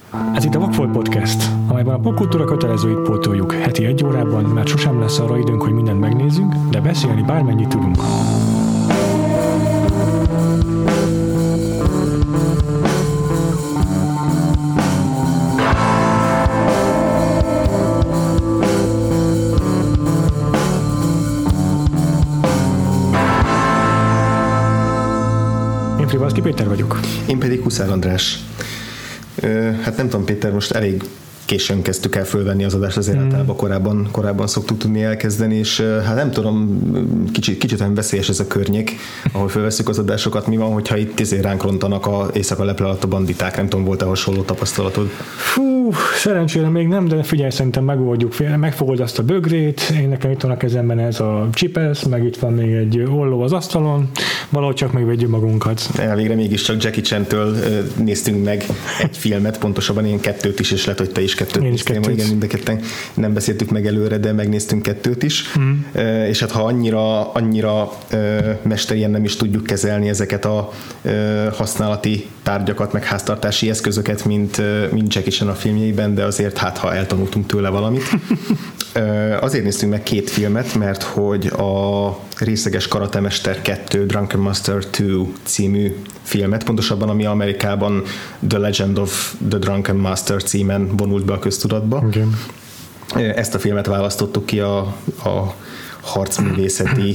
Ez itt a Vagfolt Podcast, amelyben a popkultúra kötelezőit pótoljuk. Heti 1 órában, mert sosem lesz arra időnk, hogy mindent megnézzünk, de beszélni bármennyit tudunk. Én Frivalszki Péter vagyok. Én pedig Huszár András. Hát nem tudom, Péter, most elég későn kezdtük el fölvenni az adást, azért általában korábban szoktuk tudni elkezdeni, és hát nem tudom, kicsit olyan veszélyes ez a környék, ahol fölveszünk az adásokat. Mi van, hogyha itt ránk rontanak a éjszaka leple alatt a banditák? Nem tudom, volt-e hasonló tapasztalatod? Fú, szerencsére még nem, de figyelj, szerintem megoldjuk. Megfogod azt a bögrét, én nekem itt van a kezemben ez a csipesz, meg itt van még egy olló az asztalon, valahogy csak megvédjük magunkat. Elvégre mégiscsak Jackie Chan-től néztünk meg egy filmet, pontosabban én 2 is, és lehet, hogy te is 2 néztél. Igen, mind a ketten nem beszéltük meg előre, de megnéztünk 2 is. És hát ha annyira mesterien nem is tudjuk kezelni ezeket a használati tárgyakat, meg háztartási eszközöket, mint Jackie Chan a filmjeiben, de azért ha eltanultunk tőle valamit. Azért néztünk meg 2 filmet, mert hogy a Részeges Karatemester 2, Drunken Master 2 című filmet, pontosabban ami Amerikában The Legend of the Drunken Master címen vonult be a köztudatba. Okay. Ezt a filmet választottuk ki a harcművészeti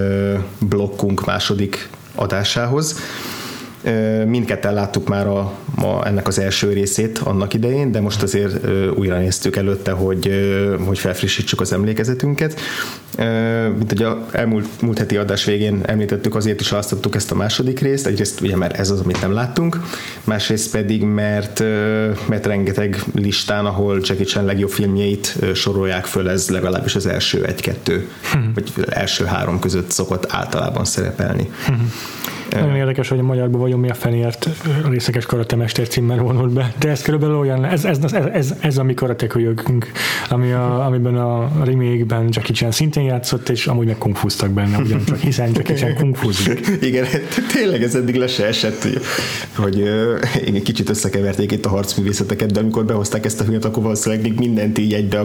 blokkunk második adásához. Mindketten láttuk már ennek az első részét annak idején, de most azért újra néztük előtte, hogy felfrissítsük az emlékezetünket. Mint hogy múlt heti adás végén említettük, azért is választottuk ezt a második részt. Egyrészt ugye, mert ez az, amit nem láttunk, másrészt pedig, mert rengeteg listán, ahol Jackie Chan legjobb filmjeit sorolják föl, ez legalábbis az első 1-2, vagy első 3 között szokott általában szerepelni. Nagyon érdekes, hogy a magyarban vagyunk, mi a fenért Részeges Karatemester címmel vonult be. De ez körülbelül olyan, ez a mi karatekölyökünk, amiben a remake-ben Jackie Chan szintén játszott, és amúgy meg kungfuztak benne, ugyancsak, hiszen Jackie Chan kungfuzik. Igen, tényleg ez eddig le se esett, hogy kicsit összekeverték itt a harcművészeteket, de amikor behozták ezt a filmet, akkor valószínűleg még mindent így egybe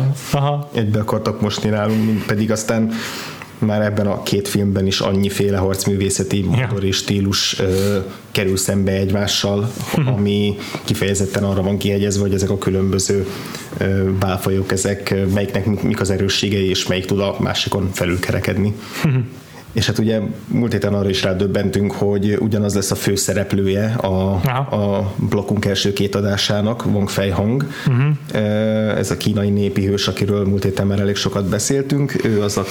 akartak mosni nálunk, pedig aztán már ebben a 2 filmben is annyiféle harcművészeti motor és stílus kerül szembe egymással, ami kifejezetten arra van kihegyezve, hogy ezek a különböző bálfajok, melyiknek mik az erősségei, és melyik tud a másikon felülkerekedni. És hát ugye múlt héten arra is rádöbbentünk, hogy ugyanaz lesz a főszereplője a blokkunk első 2 adásának, Wong Fei-hong. Ez a kínai népi hős, akiről múlt héten már elég sokat beszéltünk. Ő az,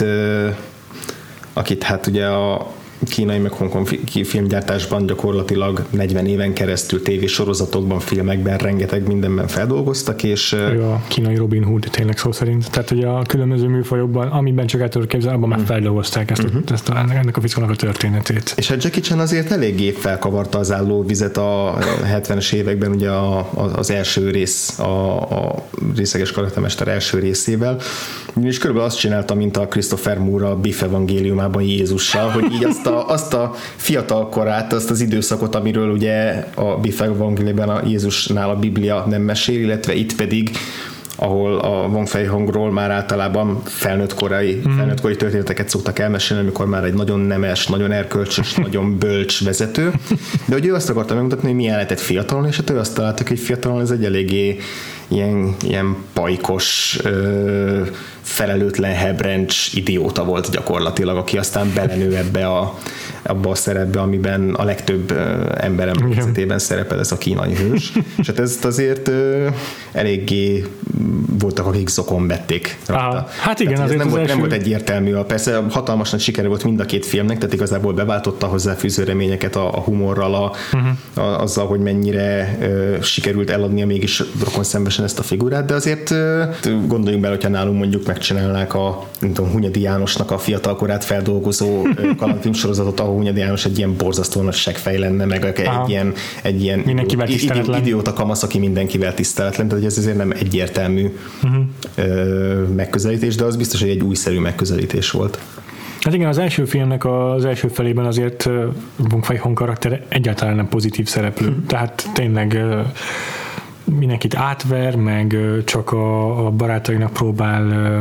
akit hát ugye a kínai meg hongkong filmgyártásban gyakorlatilag 40 éven keresztül tévésorozatokban, filmekben, rengeteg mindenben feldolgoztak, és a kínai Robin Hood tényleg szó szerint. Tehát ugye a különböző műfajokban, amiben csak el tudod képzelni, abban már feldolgozták ennek a fickónak a történetét. És hát Jackie Chan azért eléggé felkavarta az állóvizet a 70-es években, ugye az első rész, a Részeges Karatemester első részével. És körülbelül azt csinálta, mint a Christopher Moore a Biff evangéliumában Jézussal, hogy így azt a fiatal korát, azt az időszakot, amiről ugye a Biff evangéliumban a Jézusnál a Biblia nem mesél, illetve itt pedig, ahol a Wong Fei-hongról már általában felnőttkori történeteket szoktak elmesélni, amikor már egy nagyon nemes, nagyon erkölcsös, nagyon bölcs vezető. De hogy ő azt akarta megmutatni, hogy milyen lehetett fiatalon, és hát ő azt találtak, hogy fiatalon ez egy eléggé ilyen pajkos, felelőtlen hebrencs idióta volt gyakorlatilag, aki aztán belenő abba a szerepbe, amiben a legtöbb ember emlékezetében szerepel ez a kínai hős. És hát ezt azért eléggé voltak, akik zokon vették rajta. Hát igen, azért nem volt egyértelmű. Persze hatalmas nagy sikere volt mind a 2 filmnek, tehát igazából beváltotta hozzáfűző reményeket a humorral, azzal, hogy mennyire sikerült eladnia mégis rokon szembesen ezt a figurát, de azért gondoljunk bele, hogyha nálunk mondjuk megcsinálnák Hunyadi Jánosnak a fiatalkorát feldolgozó kalandfilmsorozatot, ahol Hunyadi János egy ilyen borzasztó nagy seggfej lenne, meg egy ilyen idióta kamasz, aki mindenkivel tiszteletlen, tehát ez azért nem egyértelmű megközelítés, de az biztos, hogy egy újszerű megközelítés volt. Hát igen, az első filmnek az első felében azért Wong Fei-hong karaktere egyáltalán nem pozitív szereplő, tehát tényleg mindenkit átver, meg csak a barátainak próbál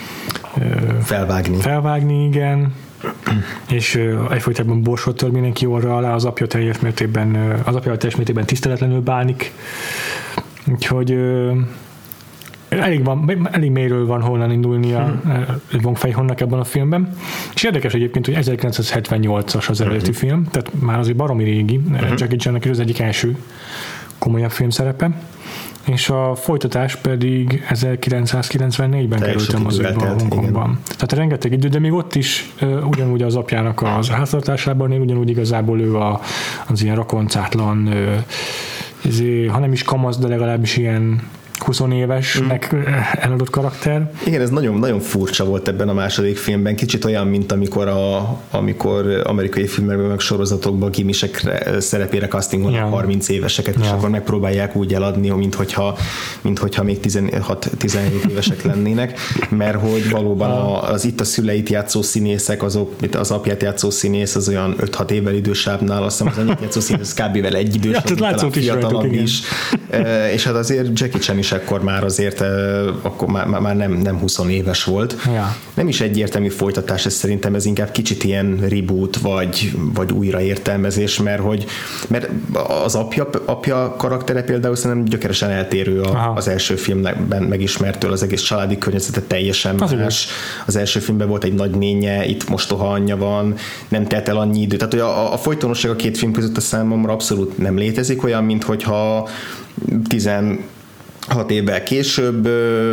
felvágni, igen. És egyfolytában borsot tör mindenki orra alá, az apja teljes mértékben tiszteletlenül bánik. Úgyhogy elég mélyről van honnan indulnia Wong Fei-hongnak ebben a filmben. És érdekes egyébként, hogy 1978-as az eredeti film, tehát már azért baromi régi, Jackie Channek is az egyik első komolyabb filmszerepe, és a folytatás pedig 1994-ben került a moziba Hongkongban. Tehát rengeteg idő, de még ott is ugyanúgy az apjának az háztartásában, ugyanúgy igazából ő az ilyen rakoncátlan, ha nem is kamasz, de legalábbis ilyen 20 évesnek eladott karakter. Igen, ez nagyon, nagyon furcsa volt ebben a második filmben. Kicsit olyan, mint amikor amerikai filmekben meg sorozatokban gimisek szerepére castingolnak 30 éveseket, és akkor megpróbálják úgy eladni, minthogyha még 16-17 évesek lennének, mert hogy valóban az itt a szüleit játszó színészek, azok, az apját játszó színész, az olyan 5-6 évvel idősebb nála, azt hiszem az anyját játszó színész kb. Vele egy idős, talán fiatalabb is. És hát azért Jackie Chan is akkor már azért akkor már nem 20 éves volt. Ja. Nem is egyértelmű folytatás, ez szerintem ez inkább kicsit ilyen reboot, vagy újraértelmezés, mert az apja karaktere például szerintem gyökeresen eltérő az első filmben megismertől, az egész családi környezete teljesen más. Az első filmben volt egy nagynénye, itt mostoha anyja van, nem telt el annyi idő. Tehát hogy a folytonosság a két film között a számomra abszolút nem létezik, olyan, minthogyha 16 évvel később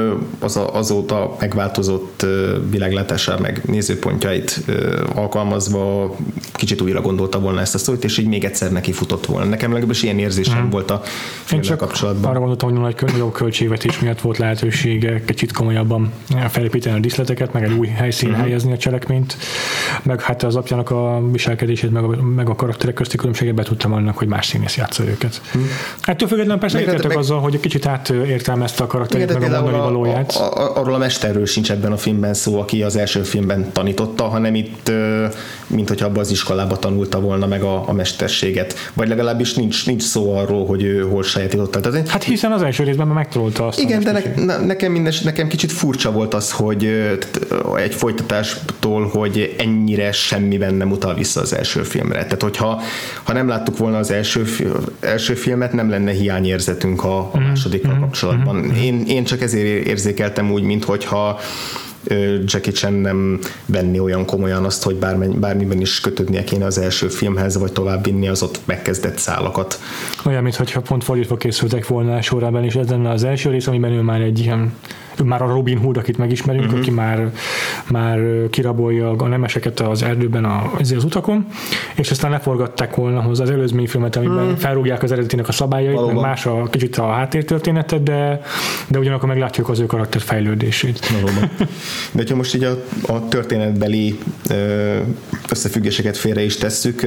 azóta megváltozott világlátására, meg nézőpontjait alkalmazva kicsit újra gondolta volna ezt a sztorit, és így még egyszer neki futott volna. Nekem legalábbis ilyen érzésem volt a filmmel kapcsolatban. Arra gondoltam, hogy nagyobb költségvetés miatt volt lehetősége kicsit komolyabban felépíteni a díszleteket, meg egy új helyszín helyezni a cselekményt, meg hát az apjának a viselkedését, meg a karakterek közti különbséget be tudtam annak, hogy más színész játsza őket. Ettől függetlenül persze értettek azzal, hogy egy kicsit értelmezte a karakterét, meg a mondani valóját. Arról a mesterről sincs ebben a filmben szó, aki az első filmben tanította, hanem itt, mint hogyha abban az iskolában tanulta volna meg a mesterséget. Vagy legalábbis nincs szó arról, hogy ő hol sajátította. Hát hiszen az első részben megtanulta azt. Igen, de nekem kicsit furcsa volt az, hogy egy folytatástól, hogy ennyire semmiben nem utal vissza az első filmre. Tehát, hogyha nem láttuk volna az első filmet, nem lenne hiányérzetünk a másodikkal kapcsolatban. Én csak ezért érzékeltem úgy, minthogyha Jackie Chan nem venni olyan komolyan azt, hogy bármiben is kötődnie kéne az első filmhez, vagy továbbvinni az ott megkezdett szálakat. Olyan, mintha pont fordítva készültek volna sorában, és ez lenne az első rész, amiben ő már egy ilyen, már a Robin Hood, akit megismerünk, aki már kirabolja a nemeseket az erdőben az utakon, és aztán leforgatták volna hozzá az előzmény filmet, amiben felrúgják az eredetinek a szabályait, meg más kicsit a háttértörténetet, de ugyanakkor meglátjuk az ő karakter fejlődését. De ha most így a történetbeli összefüggéseket félre is tesszük,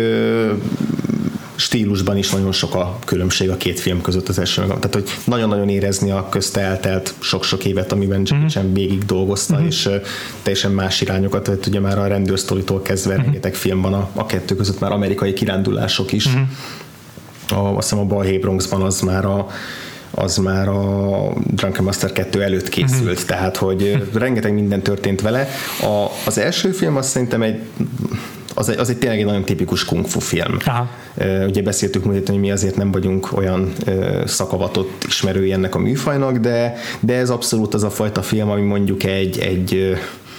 stílusban is nagyon sok a különbség a két film között az első. Tehát, hogy nagyon-nagyon érezni a közte eltelt sok-sok évet, amiben Jackie Chan végig dolgozta, és teljesen más irányokat, tehát ugye már a rendőrsztoritól kezdve rengeteg film van a kettő között, már amerikai kirándulások is. Azt hiszem a Balhé Bronxban az már a Drunken Master 2 előtt készült, tehát, hogy rengeteg minden történt vele. Az első film azt szerintem az egy tényleg egy nagyon tipikus kung fu film. Ugye beszéltük múltkor, hogy mi azért nem vagyunk olyan szakavatott ismerői ennek a műfajnak, de ez abszolút az a fajta film, ami mondjuk egy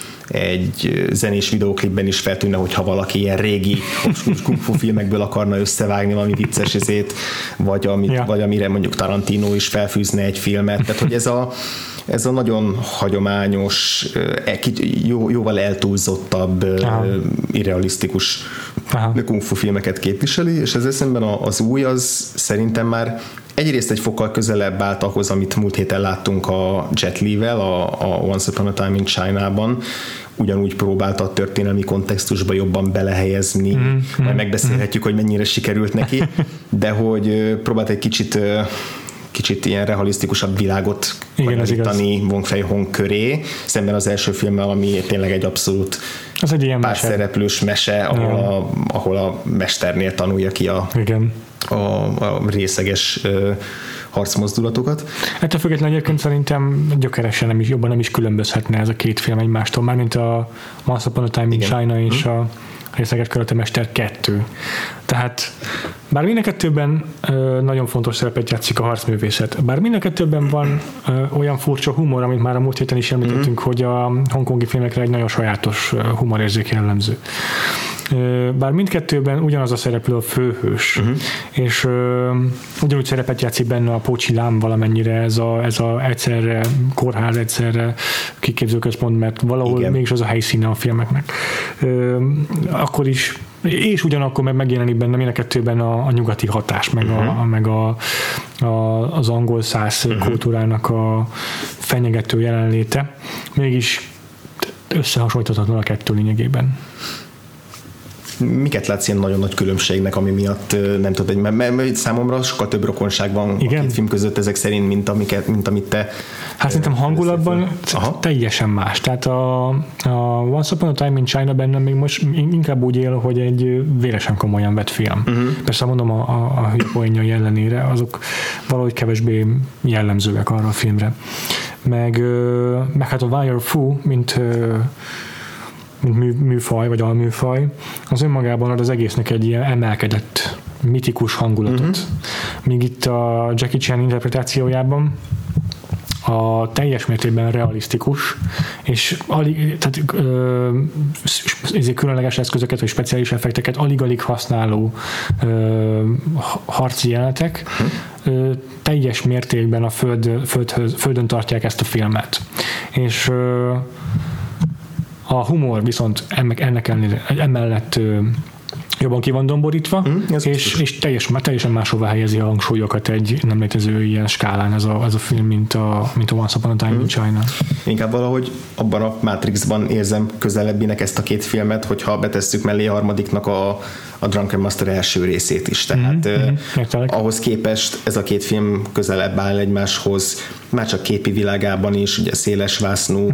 zenés videóklipben is feltűnne, hogyha valaki ilyen régi kung fu filmekből akarna összevágni valami vicces ezét, vagy amire mondjuk Tarantino is felfűzne egy filmet. Tehát, hogy ez a nagyon hagyományos, jóval eltúlzottabb, irrealisztikus kung fu filmeket képviseli, és ezzel szemben az új, az szerintem már egyrészt egy fokkal közelebb állt ahhoz, amit múlt héten láttunk a Jet Li-vel, a Once Upon a Time in China-ban, ugyanúgy próbálta a történelmi kontextusba jobban belehelyezni, majd megbeszélhetjük, hogy mennyire sikerült neki, de hogy próbált egy kicsit ilyen realisztikusabb világot kanyarítani Wong Fei-hong köré, szemben az első filmmel, ami tényleg egy abszolút pár szereplős mese, ahol a mesternél tanulja ki a részeges harcmozdulatokat. Ettől függetlenül egyébként szerintem gyökeresen jobban nem is különbözhetne ez a két film egymástól, mármint a Once Upon a Time in China és a Részeges Karatemester 2. Tehát bár mind a kettőben nagyon fontos szerepet játszik a harcművészet, bár mind a kettőben van olyan furcsa humor, amit már a múlt héten is említettünk, hogy a hongkongi filmekre egy nagyon sajátos humorérzék jellemző. Bár mindkettőben ugyanaz a szereplő a főhős, és ugyanúgy szerepet játszik benne a Pócsi Lám valamennyire, ez a egyszerre kórház, egyszerre kiképzőközpont, mert valahol mégis az a helyszíne a filmeknek. Akkor is, és ugyanakkor megjelenik benne mind a kettőben a nyugati hatás, meg az angol száz kultúrának a fenyegető jelenléte. Mégis összehasonlíthatatlan a kettő lényegében. Miket látsz ilyen nagyon nagy különbségnek, ami miatt nem tudod, mert számomra sokkal több rokonság van a két film között ezek szerint, mint amit te... Hát szerintem hangulatban teljesen más. Tehát a Once Upon a Time in China bennem még most inkább úgy él, hogy egy véresen komolyan vett film. Persze mondom, a hülye poénjai ellenére azok valahogy kevésbé jellemzőek arra a filmre. Meg hát a Wire Fu, mint műfaj, vagy alműfaj, az önmagában ad az egésznek egy ilyen emelkedett, mitikus hangulatot. Míg itt a Jackie Chan interpretációjában a teljes mértékben realisztikus, és ezért különleges eszközöket, vagy speciális effekteket alig-alig használó harci jelenetek teljes mértékben a földön tartják ezt a filmet. És a humor viszont emellett jobban ki van domborítva, és teljesen máshova helyezi a hangsúlyokat egy nem létező ilyen skálán ez a film, mint a Once Upon a Time in China. Inkább valahogy abban a Matrixban érzem közelebbinek ezt a két filmet, hogyha betesszük mellé a harmadiknak a Drunken Master első részét is. Tehát ahhoz képest ez a két film közelebb áll egymáshoz, már csak képi világában is, ugye széles vásznú,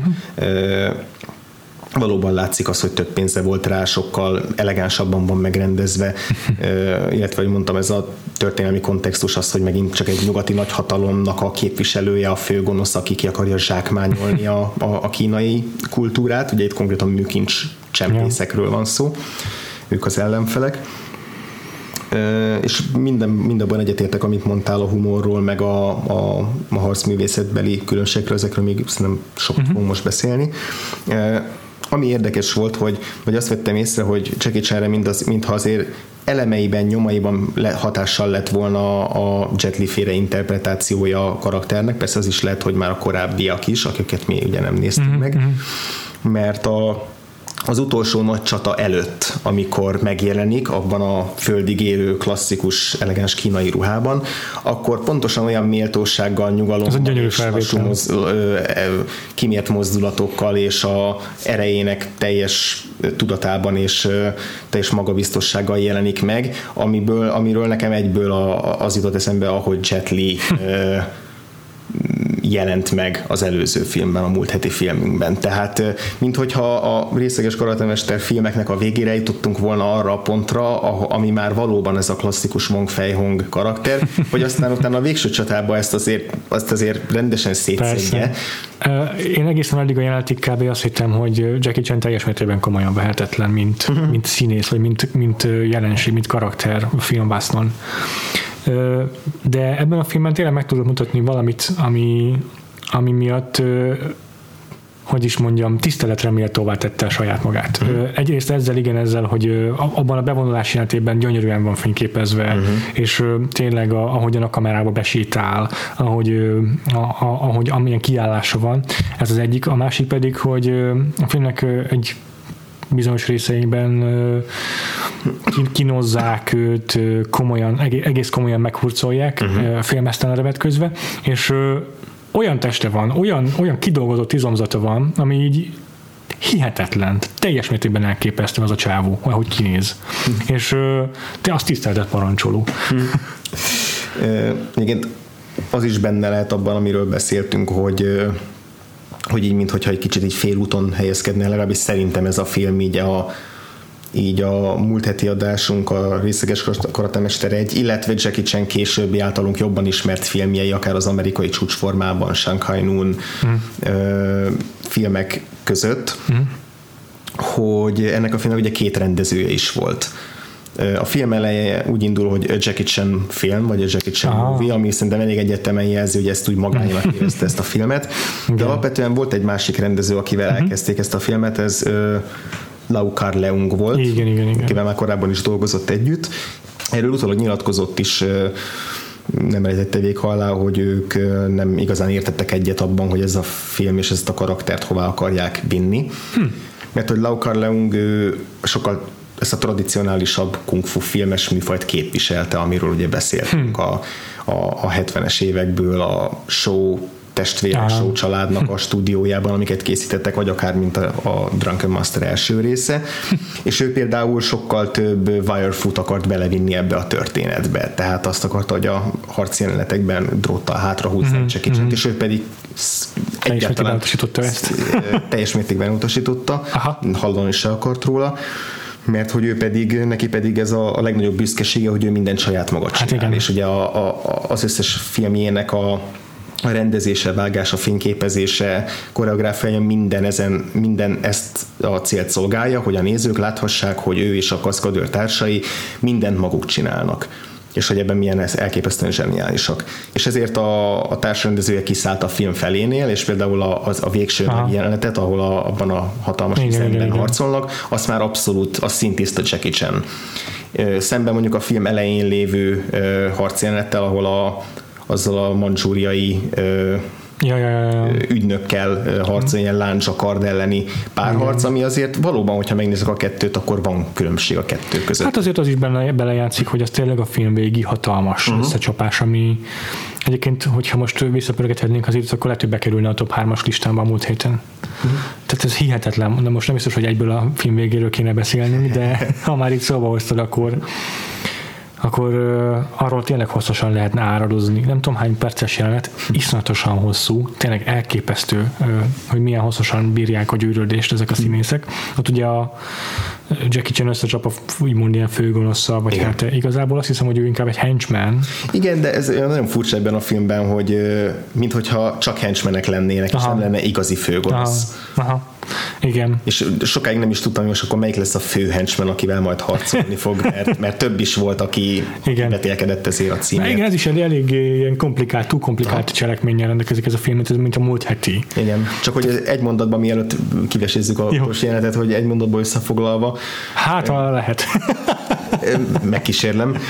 valóban látszik az, hogy több pénze volt rá, sokkal elegánsabban van megrendezve, illetve, hogy mondtam, ez a történelmi kontextus az, hogy megint csak egy nyugati nagyhatalomnak a képviselője, a főgonosz, aki ki akarja zsákmányolni a kínai kultúrát. Ugye itt konkrétan műkincs csempészekről van szó, ők az ellenfelek. És mindenben egyetértek, amit mondtál a humorról, meg a harcművészetbeli különbségről, ezekről még szerintem sokat fogunk most beszélni. Ami érdekes volt, vagy azt vettem észre, hogy Jackie Chanre mintha azért elemeiben, nyomaiban hatással lett volna a Jet Li féle interpretációja a karakternek, persze az is lehet, hogy már a korábbiak is, akiket mi ugye nem néztünk meg, mert az utolsó nagy csata előtt, amikor megjelenik abban a földig érő klasszikus, elegáns kínai ruhában, akkor pontosan olyan méltósággal, nyugalommal és kimért mozdulatokkal és a erejének teljes tudatában és teljes magabiztossággal jelenik meg, amiről nekem egyből az jutott eszembe, ahogy Jet Li jelent meg az előző filmben, a múlt heti filmünkben. Tehát, minthogyha a Részeges Karatemester filmeknek a végére jutottunk volna arra a pontra, ami már valóban ez a klasszikus Wong Fei-hong karakter, hogy aztán utána a végső csatában ezt azért rendesen szétszedje. Én egészen addig a jelenetig kb. Azt hittem, hogy Jackie Chan teljes mértékben komolyan vehetetlen, mint színész, vagy mint jelenség, mint karakter a filmvásznon. De ebben a filmben tényleg meg tudod mutatni valamit, ami miatt, hogy is mondjam, tiszteletre méltóvá tette a saját magát. Egyrészt ezzel, hogy abban a bevonulás jelentében gyönyörűen van fényképezve, és tényleg ahogyan a kamerába besétál, ahogy amilyen kiállása van, ez az egyik. A másik pedig, hogy a filmnek egy bizonyos részeiben kínozzák őt, egész komolyan meghurcolják, filmesztelenre vetközve, és olyan teste van, olyan kidolgozott izomzata van, ami így hihetetlen, teljes mértékben elképesztő az a csávó, ahogy kinéz. És te azt tiszteltet parancsoló. Igen, az is benne lehet abban, amiről beszéltünk, hogy így, minthogyha egy kicsit így félúton helyezkedne, legalábbis szerintem ez a film így így a múlt heti adásunk, a Részleges Karatemester 1, illetve Jackie Chan későbbi általunk jobban ismert filmjei, akár az Amerikai Csúcsformában, Shanghai Noon filmek között, hogy ennek a filmnek ugye 2 rendezője is volt. A film eleje úgy indul, hogy a Jackie Chan film, vagy a Jackie Chan movie, ami szerintem elég egyértelműen jelzi, hogy ezt úgy magánynak érezte ezt a filmet. De alapvetően volt egy másik rendező, akivel elkezdték ezt a filmet, ez Lau Kar-leung volt, igen. akivel már korábban is dolgozott együtt. Erről utólag nyilatkozott is, nem rejtette véka alá, hogy ők nem igazán értettek egyet abban, hogy ez a film és ezt a karaktert hová akarják vinni. Mert hogy Lau Kar-leung sokkal ezt a tradicionálisabb kung fu filmes műfajt képviselte, amiről ugye beszéltünk a 70-es évekből, a show testvérek show családnak a stúdiójában, amiket készítettek, vagy akár mint a Drunken Master első része, és ő például sokkal több wirefoot akart belevinni ebbe a történetbe, tehát azt akarta, hogy a harci jelenetekben dróttal hátrahúzni Jackie Chan-t, és ő pedig egyáltalán teljes mértékben utasította, hallani se akart róla, mert hogy neki pedig ez a legnagyobb büszkesége, hogy ő mindent saját maga csinál, és ugye az összes filmjének a rendezése, vágása, fényképezése, koreográfiája, minden ezt a célt szolgálja, hogy a nézők láthassák, hogy ő és a kaszkadőr társai mindent maguk csinálnak, és hogy ebben milyen elképesztően zseniálisak. És ezért a társrendezője kiszállt a film felénél, és például a végső jelenetet, ahol abban a hatalmas üzemben harcolnak, azt már abszolút, az szintiszta Jackie Chan. Szemben mondjuk a film elején lévő harcjelenettel, ahol azzal a mandzsúriai ügynökkel harcol, ilyen láncsa-kard elleni párharc, ami azért valóban, hogyha megnézzük a kettőt, akkor van különbség a kettő között. Hát azért az is belejátszik, hogy az tényleg a film végi hatalmas összecsapás, ami egyébként, hogyha most visszapörgethetnénk az időt, akkor lehet, hogy bekerülne a top 3-as listámba a múlt héten. Tehát ez hihetetlen, de most nem biztos, hogy egyből a film végéről kéne beszélni, de ha már itt szóba hoztad, akkor arról tényleg hosszasan lehetne áradozni. Nem tudom hány perces jelenet, iszonyatosan hosszú, tényleg elképesztő, hogy milyen hosszasan bírják a gyűrődést ezek a színészek. Ott ugye a Jackie Chan összecsap a úgymond ilyen főgonosszal, vagy hát igazából azt hiszem, hogy ő inkább egy henchman. Igen, de ez nagyon furcsa ebben a filmben, hogy minthogyha csak henchmanek lennének, és nem lenne igazi főgonosz. Igen. És sokáig nem is tudtam, hogy most akkor melyik lesz a fő henchman, akivel majd harcolni fog, mert több is volt, aki betélkedett ezért a címért. Igen, ez is elég ilyen túl komplikált cselekménnyel rendelkezik ez a film, mint a múlt heti. Igen, csak hogy egy mondatban, mielőtt kivesézzük a utolsó jelenetet, hogy egy mondatban összefoglalva. Hát, lehet. Megkísérlem.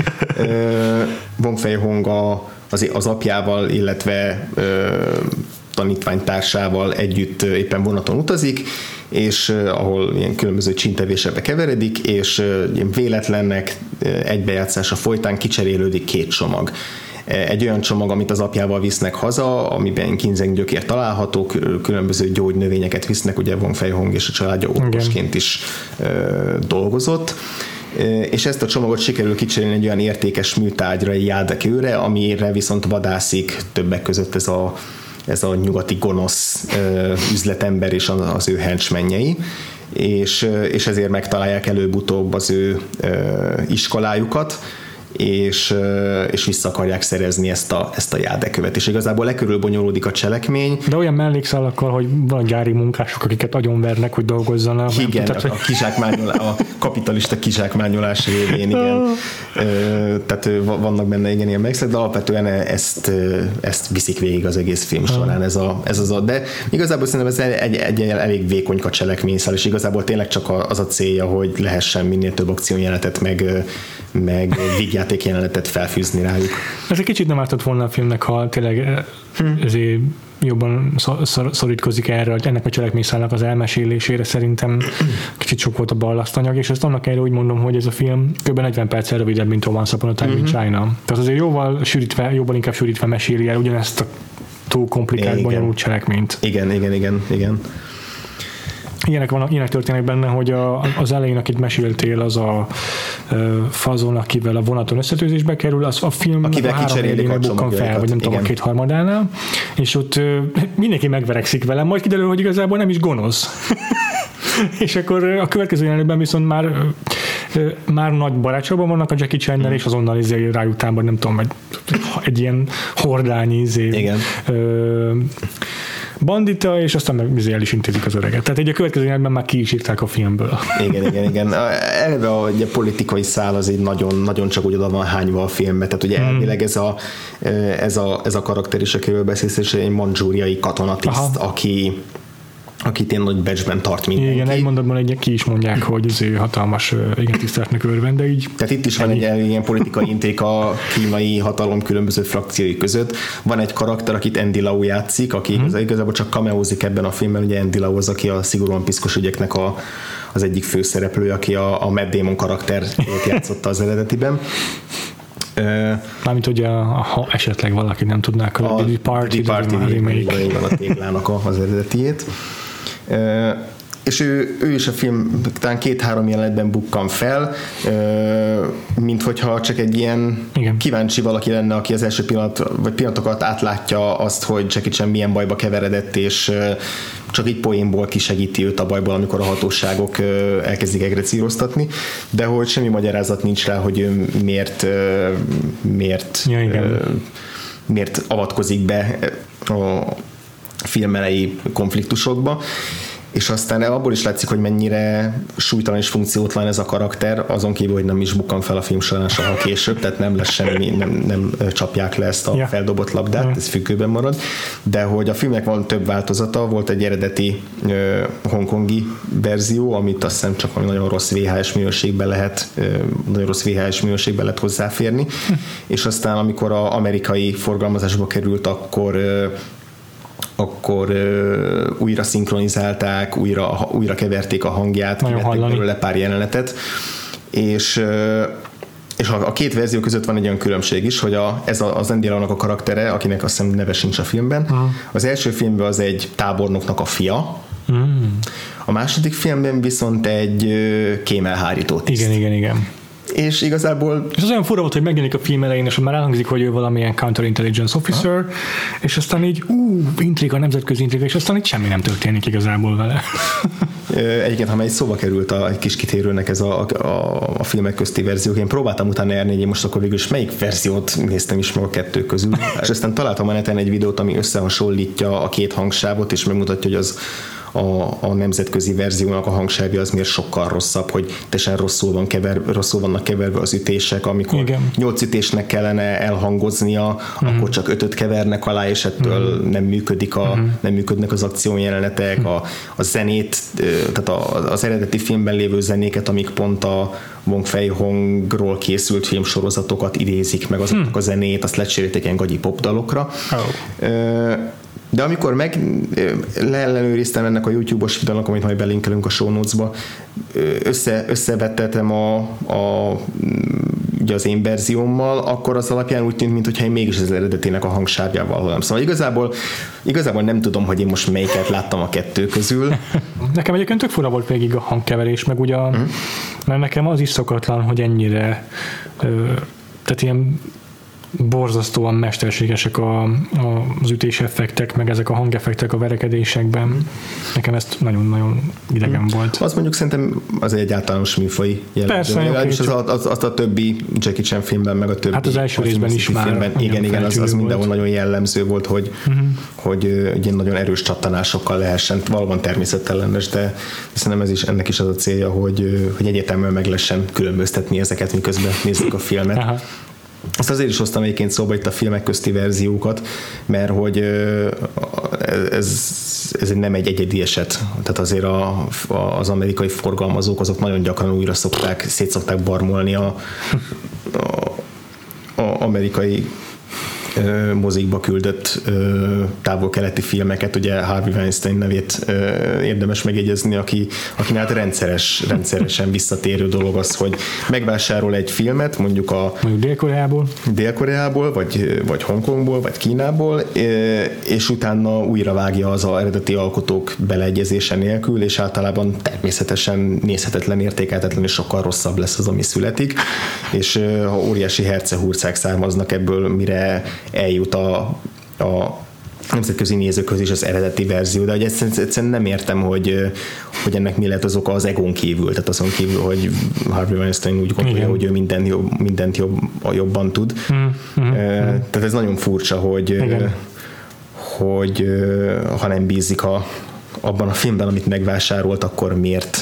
Wong Fei-hung az apjával, illetve tanítványtársával együtt éppen vonaton utazik, és ahol ilyen különböző csintevésekbe keveredik, és ilyen véletlennek egybejátszása folytán kicserélődik 2 csomag. Egy olyan csomag, amit az apjával visznek haza, amiben ginseng-gyökér találhatók, különböző gyógynövényeket visznek, ugye Wong Fei-hung és a családja orvosként is dolgozott, és ezt a csomagot sikerül kicserélni egy olyan értékes műtárgyra, egy jádekőre, amire viszont vadászik többek között ez a nyugati gonosz üzletember és az ő henchmenjei, és ezért megtalálják előbb-utóbb az ő iskolájukat, és vissza akarják szerezni ezt a jádekövet. És igazából lekörül bonyolódik a cselekmény. De olyan mellékszalakkal, hogy van gyári munkások, akiket agyonvernek, hogy dolgozzanak. Igen, a kapitalista kizsákmányolás révén, igen. Tehát vannak benne ilyen mellékszalak, de alapvetően ezt viszik végig az egész film során. De igazából szerintem ez egy elég vékonyka cselekményszál, és igazából tényleg csak az a célja, hogy lehessen minél több akciójelenetet meg vígjáték jelenetet felfűzni rájuk. Ez egy kicsit nem ártott volna a filmnek, ha tényleg ezért jobban szorítkozik erre, ennek a cselekményszálnak az elmesélésére. Szerintem kicsit sok volt a ballasztanyag, és ezt annak erre úgy mondom, hogy ez a film kb. 40 perccel rövidebb, mint Once Upon a Time in China. Tehát azért jobban inkább sűrítve meséli el ugyanezt a túl komplikált, bonyolult cselekményt. Igen. Ilyenek történnek benne, hogy az elején, akit meséltél, az a fazon, akivel a vonaton összetűzésbe kerül, az a film akivel kicserélik bukkan fel, vagy nem tudom, a 2/3-ánál, és ott mindenki megverekszik vele, majd kiderül, hogy igazából nem is gonosz. És akkor a következő jelenetben viszont már nagy barátságban vannak a Jackie Chan-nel, és azonnal rájuk támad, nem tudom, egy ilyen hordányi bandita, és aztán meg el is intézik az öreget. Tehát egy a következő jelenetben már ki is írták a filmből. Igen. Eleve a politikai szál az így nagyon csak úgy oda van hányva a filmbe. Tehát ugye elvileg ez a karakter is, akiről beszélsz, és egy mandzsúriai katonatiszt, akit én nagy becsben tart mindenki. Igen, egy mondatban ki is mondják, hogy az ő hatalmas tiszteletnek örvend, de így... Tehát itt is van egy ilyen politikai inték a kínai hatalom különböző frakciói között. Van egy karakter, akit Andy Lau játszik, aki igazából csak cameózik ebben a filmben, ugye Andy Lau az, aki a szigorúan piszkos ügyeknek az egyik főszereplő, aki a Matt Damon karakter játszotta az eredetiben. Mármint, hogy ha esetleg valaki nem tudnák, a Departed a téglának az eredetiét. És ő is a film talán 2-3 jelenetben bukkan fel, mint hogyha csak egy ilyen kíváncsi valaki lenne, aki az első pillanatokat átlátja azt, hogy Jackie Chan milyen bajba keveredett, és csak így poénból kisegíti őt a bajból, amikor a hatóságok elkezdik egrecíroztatni, de hogy semmi magyarázat nincs rá, hogy ő miért avatkozik be a film elejé konfliktusokba, és aztán abból is látszik, hogy mennyire súlytalan és funkciótlan ez a karakter, azon kívül, hogy nem is bukkan fel a film során soha később, tehát nem lesz semmi, nem csapják le ezt a feldobott labdát, ez függőben marad, de hogy a filmnek van több változata, volt egy eredeti hongkongi verzió, amit azt hiszem csak nagyon rossz VHS minőségben lehet hozzáférni, és aztán amikor az amerikai forgalmazásba került, akkor újra szinkronizálták, újra keverték a hangját, kivették belőle pár jelenetet, és a két verzió között van egy olyan különbség is, hogy ez az Andy Lau-nak a karaktere, akinek azt hiszem neve sincs a filmben, az első filmben az egy tábornoknak a fia, a második filmben viszont egy kémelhárító tiszt. Igen. És igazából... És az olyan fura volt, hogy megjelenik a film elején, és már elhangzik, hogy ő valamilyen counterintelligence officer, és aztán így intriga, nemzetközi intriga, és aztán így semmi nem történik igazából vele. Egyébként, ha már egy szóba került egy kis kitérőnek ez a filmek közti verziók, én próbáltam utána járni, hogy én most akkor végül is melyik verziót néztem is meg a kettő közül, és aztán találtam a neten egy videót, ami összehasonlítja a két hangsávot, és megmutatja, hogy az a nemzetközi verziónak a hangsávja az miért sokkal rosszabb, hogy teljesen rosszul vannak keverve az ütések, amikor 8 ütésnek kellene elhangoznia, akkor csak 5-öt kevernek alá, és ettől nem működnek az akciójelenetek, a zenét, tehát az eredeti filmben lévő zenéket, amik pont a Wong Fei-hongról készült filmsorozatokat idézik meg azoknak a zenét, azt lecserélték ilyen gagyi popdalokra. De amikor leellenőriztem ennek a YouTube-os videónak, amit majd belinkelünk a show notes-ba, összevettetem ugye az én verziómmal, akkor az alapján úgy tűnt, mintha én mégis az eredetének a hangsávjával hallom. Szóval igazából nem tudom, hogy én most melyiket láttam a kettő közül. Nekem egyébként tök fura volt végig a hangkeverés, meg ugye, mert nekem az is szokatlan, hogy ennyire tehát ilyen borzasztóan mesterségesek az ütéseffektek, meg ezek a hangeffektek a verekedésekben. Nekem ez nagyon-nagyon idegen volt. Az mondjuk szerintem az egy általános műfaj jellemző. Persze, és az a többi Jackie Chan filmben, meg a többi hát az első részben is már igen, az mindenhol nagyon jellemző volt, hogy ilyen nagyon erős csattanásokkal lehessen, valóban természetellenes, de szerintem ennek is az a célja, hogy egyértelműen meg lehessen különböztetni ezeket, miközben nézzük a filmet. Aha. Azt azért is hoztam egyébként szóba itt a filmek közti verziókat, mert hogy ez nem egy egyedi eset. Tehát azért az amerikai forgalmazók azok nagyon gyakran szét szokták barmolni a amerikai mozikba küldött távol-keleti filmeket, ugye Harvey Weinstein nevét érdemes megjegyezni, akinál rendszeresen visszatérő dolog az, hogy megvásárol egy filmet, mondjuk Dél-Koreából, vagy Hongkongból, vagy Kínából, és utána újra vágja az eredeti alkotók beleegyezése nélkül, és általában természetesen nézhetetlen, értékelhetetlen, és sokkal rosszabb lesz az, ami születik, és óriási hercehurcák származnak ebből, mire eljut nemzetközi nézőkhöz is az eredeti verzió, de egyszerűen nem értem, hogy ennek mi lehet az oka az egón kívül, tehát azon kívül, hogy Harvey Weinstein úgy gondolja, hogy ő mindent jobban tud. Tehát ez nagyon furcsa, hogy ha nem bízik abban a filmben, amit megvásárolt, akkor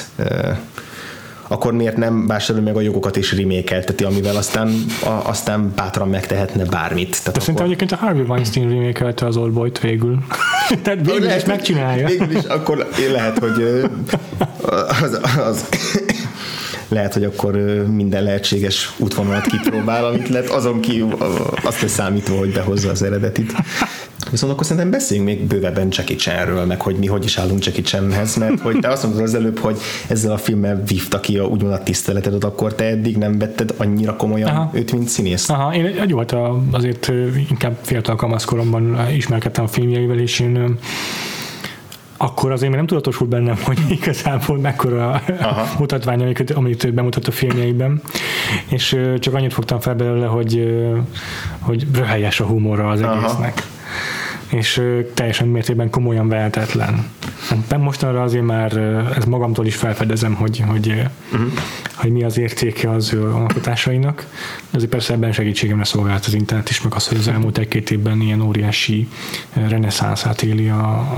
miért nem vásárol meg a jogokat és remake-elteti, amivel aztán bátran megtehetne bármit. De szerintem egyébként a Harvey Weinstein remake-elte az Oldboyt végül. Tehát végül is megcsinálja. Végül is akkor lehet, hogy lehet, hogy akkor minden lehetséges útvonalat kipróbál, amit lehet, azon kívül azt lesz számítva, hogy behozza az eredetit. Viszont akkor szerintem beszéljünk még bővebben Jackie Chanről, meg hogy mi hogy is állunk Jackie Chanhez, mert hogy te azt mondtad az előbb, hogy ezzel a filmmel vívta ki úgymond a tiszteletedet, akkor te eddig nem vetted annyira komolyan őt, mint színész? Én egy volt azért inkább fiatal kamaszkoromban ismerkedtem a filmjeivel, és én akkor azért még nem tudatosult bennem, hogy igazából mekkora mutatvány, amit bemutat a filmjeiben, és csak annyit fogtam fel belőle, hogy röhelyes a humorra az egésznek. És teljesen mértékben komolyan vehetetlen. Mostanra azért már ez magamtól is felfedezem, hogy mi az értéke az ő alkotásainak. Azért persze ebben segítségemre szolgált az internet is, meg az, hogy az elmúlt 1-2 évben ilyen óriási reneszánszát éli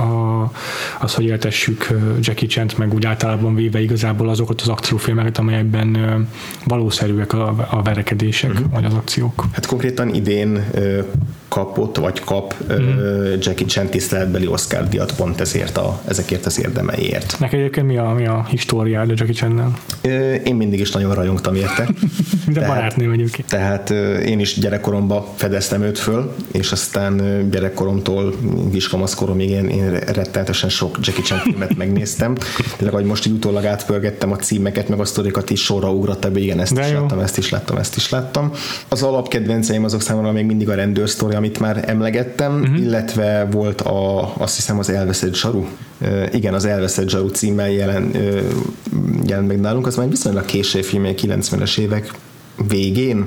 az, hogy éltessük Jackie Chan-t, meg úgy általában véve igazából azokat az akciófilmeket, amelyekben valószerűek a verekedések, vagy az akciók. Hát konkrétan idén kapott, vagy kap Jackie Chan tiszteletbeli Oscar-díjat pont ezekért az érdemeiért. Neked egyébként mi a históriád a Jackie Channel? Én mindig is nagyon rajongtam érte. De barátnő vagyok ki. Tehát én is gyerekkoromban fedeztem őt föl, és aztán gyerekkoromtól kiskamaszkoromig én rettenetesen sok Jackie Chan filmet megnéztem. Tényleg, ahogy most így utólag átpörgettem a címeket, meg a sztorikat is sorra ugrottak be, igen, ezt is láttam. Az alapkedvenceim azok számomra még mindig a rendőrsztori, amit már emlegettem, illetve volt azt hiszem az Elveszett zsaru. Igen, az Elveszett zsaru címmel jelent meg nálunk, az már viszonylag késő filmje, 90-es évek végén.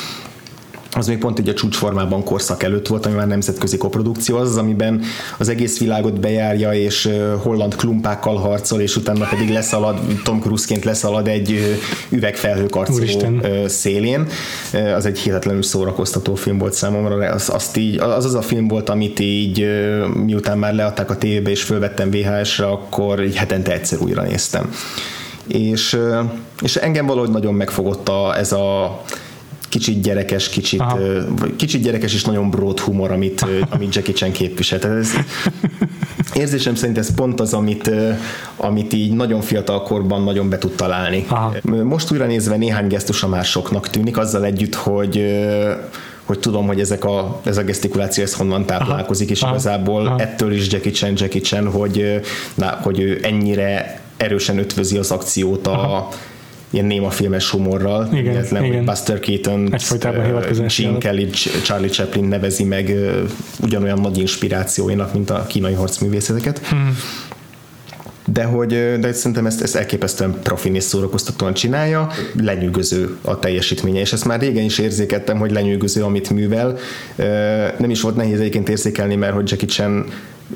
Az még pont így a csúcsformában korszak előtt volt, ami már nemzetközi koprodukció, az, amiben az egész világot bejárja, és holland klumpákkal harcol, és utána pedig Tom Cruise-ként leszalad egy üvegfelhőkarcoló szélén. Az egy hihetetlenül szórakoztató film volt számomra. Az a film volt, amit így miután már leadták a tévébe, és fölvettem VHS-re, akkor így hetente egyszer újra néztem. És engem valahogy nagyon megfogott ez a kicsit gyerekes és nagyon broad humor, amit Jackie Chan képvisel. Tehát érzésem szerint ez pont az, amit így nagyon fiatal korban nagyon be tud találni. Most újra nézve néhány gesztusa már soknak tűnik, azzal együtt, hogy tudom, hogy ez a gesztikuláció ez honnan táplálkozik, és igazából ettől is Jackie Chan, hogy ő ennyire erősen ötvözi az akciót ilyen néma filmes humorral, illetve Buster Keaton, Gene Kelly, Charlie Chaplin nevezi meg ugyanolyan nagy inspirációinak, mint a kínai harcművészeteket. De szerintem ezt elképesztően profin és szórakoztatóan csinálja, lenyűgöző a teljesítménye, és ezt már régen is érzékeltem, hogy lenyűgöző, amit művel. Nem is volt nehéz egyébként érzékelni, mert hogy Jackie Chan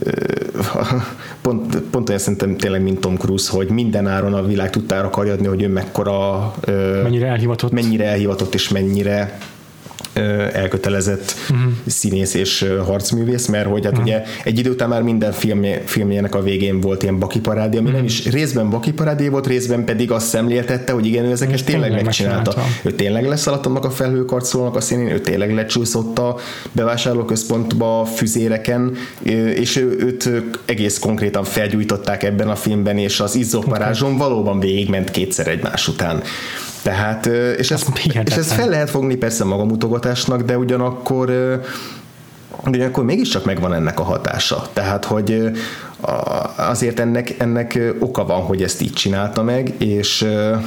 pont olyan szerintem tényleg, mint Tom Cruise, hogy minden áron a világ tudtára akarja adni, hogy ő mennyire elhivatott és mennyire elkötelezett színész és harcművész, mert hogy hát ugye egy idő után már minden filmjének a végén volt ilyen bakiparádé, ami nem is részben bakiparádé volt, részben pedig azt szemléltette, hogy igen, ő ezeket tényleg megcsinálta. Ő tényleg leszaladt annak a felhőkarcolónak a színén, ő tényleg lecsúszott a bevásárlóközpontba füzéreken, és őt egész konkrétan felgyújtották ebben a filmben, és az izzóparázson valóban végigment kétszer egymás után. Tehát, és ezt fel lehet fogni persze magamutogatásnak, de ugyanakkor mégiscsak megvan ennek a hatása. Tehát, hogy azért ennek oka van, hogy ezt így csinálta meg, és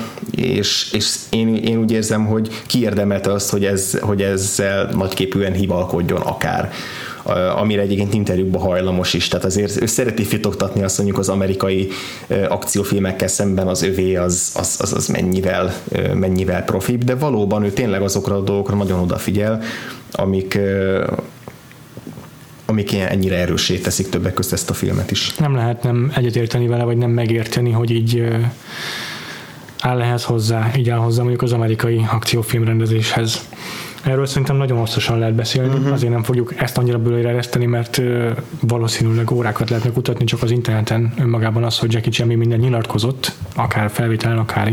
én úgy érzem, hogy kiérdemelte azt, hogy ezzel nagyképűen hivalkodjon akár. Amire egyébként interjúkban hajlamos is, tehát azért ő szereti fitoktatni azt, mondjuk az amerikai akciófilmekkel szemben az övé az mennyivel profibb, de valóban ő tényleg azokra a dolgokra nagyon odafigyel, amik amik ennyire erőssé teszik többek közt ezt a filmet is. Nem lehet nem egyetérteni vele, vagy nem megérteni, hogy így áll ehhez hozzá, így áll hozzá mondjuk az amerikai akciófilmrendezéshez. Erről szerintem nagyon hosszasan lehet beszélni, azért nem fogjuk ezt annyira bőlére ereszteni, mert valószínűleg órákat lehetne kutatni csak az interneten önmagában az, hogy Jackie Chan mi minden nyilatkozott, akár felvételen, akár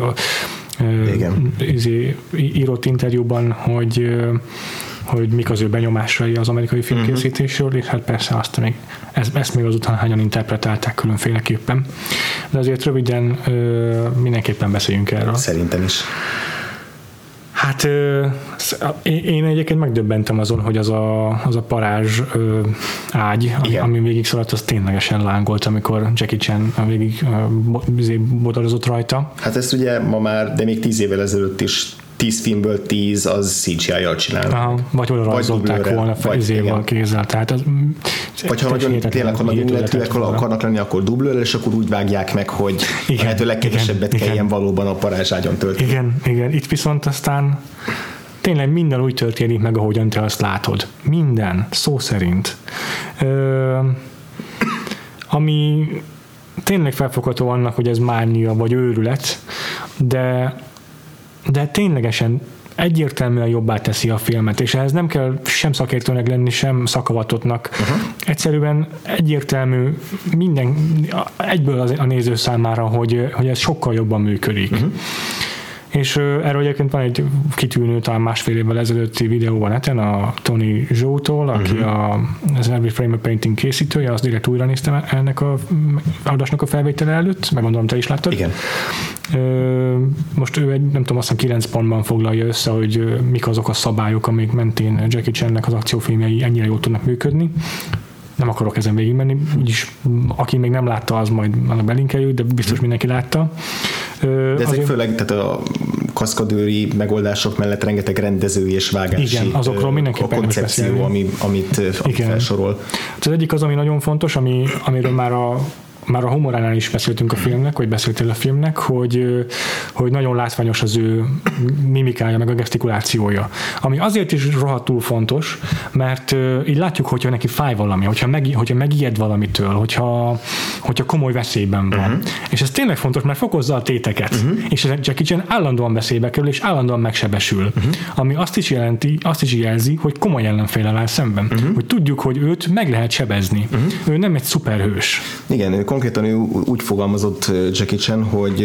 írott interjúban, hogy mik az ő benyomásai az amerikai filmkészítésről, és hát persze azt még, ezt még azután hányan interpretálták különféleképpen. De azért röviden mindenképpen beszéljünk erről. Szerintem is. Hát én egyébként megdöbbentem azon, hogy az a parázs ágy, ami végig szaladt, az ténylegesen lángolt, amikor Jackie Chan végig bodarozott rajta. Hát ezt ugye ma már, de még 10 évvel ezelőtt is 10 filmből 10 az CGI-jal csinálnak. Vagy oda rajzolták volna fejzével, kézzel. Tehát az, vagy ha nagyon tényleg, ha nagyon illetőek akarnak lenni, akkor dublőrrel, és akkor úgy vágják meg, hogy a lehető legkevesebbet kelljen valóban a parázságyon tölteni. Igen. Itt viszont aztán tényleg minden úgy történik meg, ahogyan te azt látod. Minden, szó szerint. Ami tényleg felfogható annak, hogy ez mánia vagy őrület, de ténylegesen egyértelműen jobbá teszi a filmet, és ehhez nem kell sem szakértőnek lenni, sem szakavatottnak. Egyszerűen egyértelmű egyből a néző számára, hogy ez sokkal jobban működik. És erről egyébként van egy kitűnő, talán másfél évvel ezelőtti videó a neten, a Tony Zhou-tól, aki az Every Frame a Painting készítője, azt direkt újra néztem ennek a adásnak a felvétele előtt, meg gondolom te is láttad. Igen. Most ő nem tudom, azt hiszem 9 pontban foglalja össze, hogy mik azok a szabályok, amik mentén Jackie Channek az akciófilmjei ennyire jól tudnak működni. Nem akarok ezen végigmenni, úgyis aki még nem látta, az majd belinkeljük, de biztos mindenki látta. De ezek főleg tehát a kaszkadőri megoldások mellett rengeteg rendezői és vágási koncepció, amit felsorol. Az egyik az, ami nagyon fontos, amiről már a humoránál is beszéltünk a filmnek, vagy beszéltél a filmnek, hogy nagyon látványos az ő mimikája, meg a gesztikulációja. Ami azért is rohadtul fontos, mert így látjuk, hogyha neki fáj valami, hogyha megijed valamitől, hogyha komoly veszélyben van. És ez tényleg fontos, mert fokozza a téteket. És Jackie Chan állandóan veszélybe kerül, és állandóan megsebesül. Ami azt is jelzi, hogy komoly ellenféllel áll szemben. Hogy tudjuk, hogy őt meg lehet sebezni. Ő nem egy szuperhős. Igen, konkrétan ő úgy fogalmazott Jackie Chan,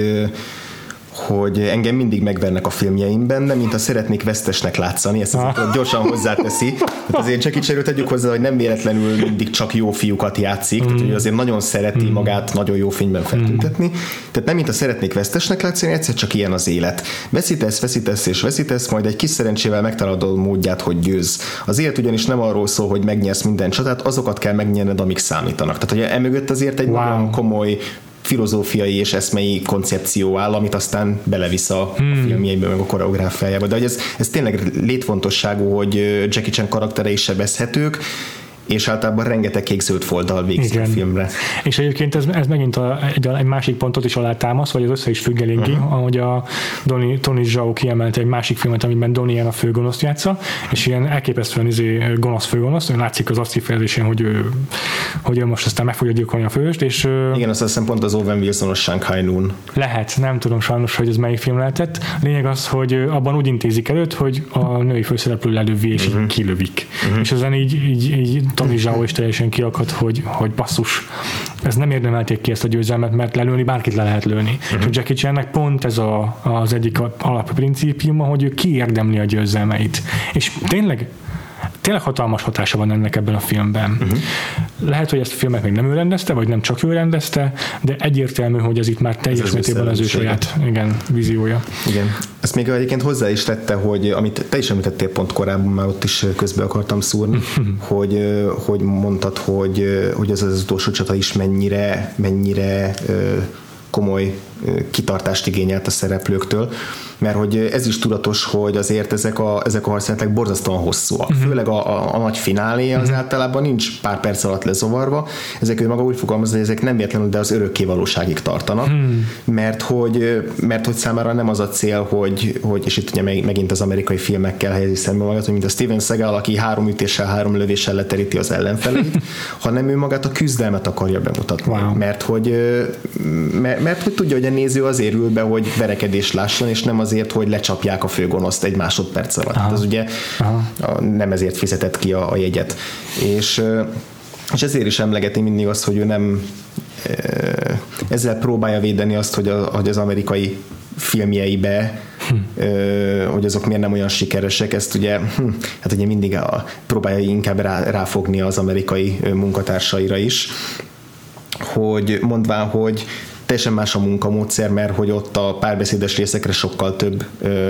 hogy engem mindig megvernek a filmjeimben, de mint a szeretnék vesztesnek látszani, ezt gyorsan hozzáteszi. Tehát azért Jackie Chan-ről tegyük hozzá, hogy nem véletlenül mindig csak jó fiúkat játszik, tehát hogy azért nagyon szereti magát nagyon jó fényben feltüntetni. Tehát nem mint a szeretnék vesztesnek látszani, egyszer csak ilyen az élet. Veszítesz, majd egy kis szerencsével megtalálod a módját, hogy győz. Az élet ugyanis nem arról szól, hogy megnyersz minden csatát, azokat kell megnyerned, amik számítanak. Tehát hogy emögött azért egy nagyon komoly filozófiai és eszmei koncepció áll, amit aztán belevisz a filmjeibe, meg a koreográfiájába. De hogy ez tényleg létfontosságú, hogy Jackie Chan karakterei sebezhetők, és általában rengeteg kék-zöld folddal végzik a filmre. És egyébként ez megint egy másik pontot is alátámasz, vagy az össze is függ eléggé, ahogy a Tony Zhou kiemelte egy másik filmet, amiben Donnie Yen a főgonoszt játsza, és ilyen elképesztően gonosz főgonosz, látszik az arckifejezésén, hogy ő most aztán meg fogja gyilkolni a főst, és... Igen, azt hiszem pont az Owen Wilson-os Shanghai Noon. Lehet, nem tudom sajnos, hogy ez melyik film lehetett. Lényeg az, hogy abban úgy intézik előtt, hogy a női főszereplő lelövi, és így kilövik. És ezen így Tony Zhou is teljesen kiakad, hogy basszus, ez nem érdemelték ki ezt a győzelmet, mert lelőni bárkit le lehet lőni. Jackie Channek pont ez az egyik alapprincípiuma, hogy ő kiérdemli a győzelmeit. És tényleg hatalmas hatása van ennek ebben a filmben. Lehet, hogy ezt a filmet még nem ő rendezte, vagy nem csak ő rendezte, de egyértelmű, hogy ez itt már teljes mértékben az ő saját víziója. Igen. Ezt még egyébként hozzá is tette, hogy amit te is említettél pont korábban, már ott is közbe akartam szúrni, hogy mondtad, hogy ez az utolsó csata is mennyire komoly kitartást igényelt a szereplőktől, mert hogy ez is tudatos, hogy azért ezek a harcjelenetek borzasztóan hosszúak. Főleg a nagy finálé az általában nincs pár perc alatt lezavarva. Ezek ő maga úgy fogalmazza, hogy ezek nem véletlenül, de az örökké valóságig tartanak, mert hogy számára nem az a cél, hogy és itt ugye megint az amerikai filmekkel helyezi szembe magát, hogy mint a Steven Seagal, aki 3 ütéssel, 3 lövéssel leteríti az ellenfeleit, hanem ő magát a küzdelmet akarja bemutatni. Wow. Mert hogy tudja, hogy a néző azért ül be, hogy verekedés lásson, és nem azért, hogy lecsapják a főgonoszt egy másodperc alatt. Az ugye nem ezért fizetett ki a jegyet. És ezért is emlegeti mindig azt, hogy ő nem ezzel próbálja védeni azt, hogy az amerikai filmjeibe, hogy azok miért nem olyan sikeresek, ezt ugye, hát ugye mindig próbálja inkább ráfogni az amerikai munkatársaira is, hogy mondván, hogy teljesen más a munkamódszer, mert hogy ott a párbeszédes részekre sokkal több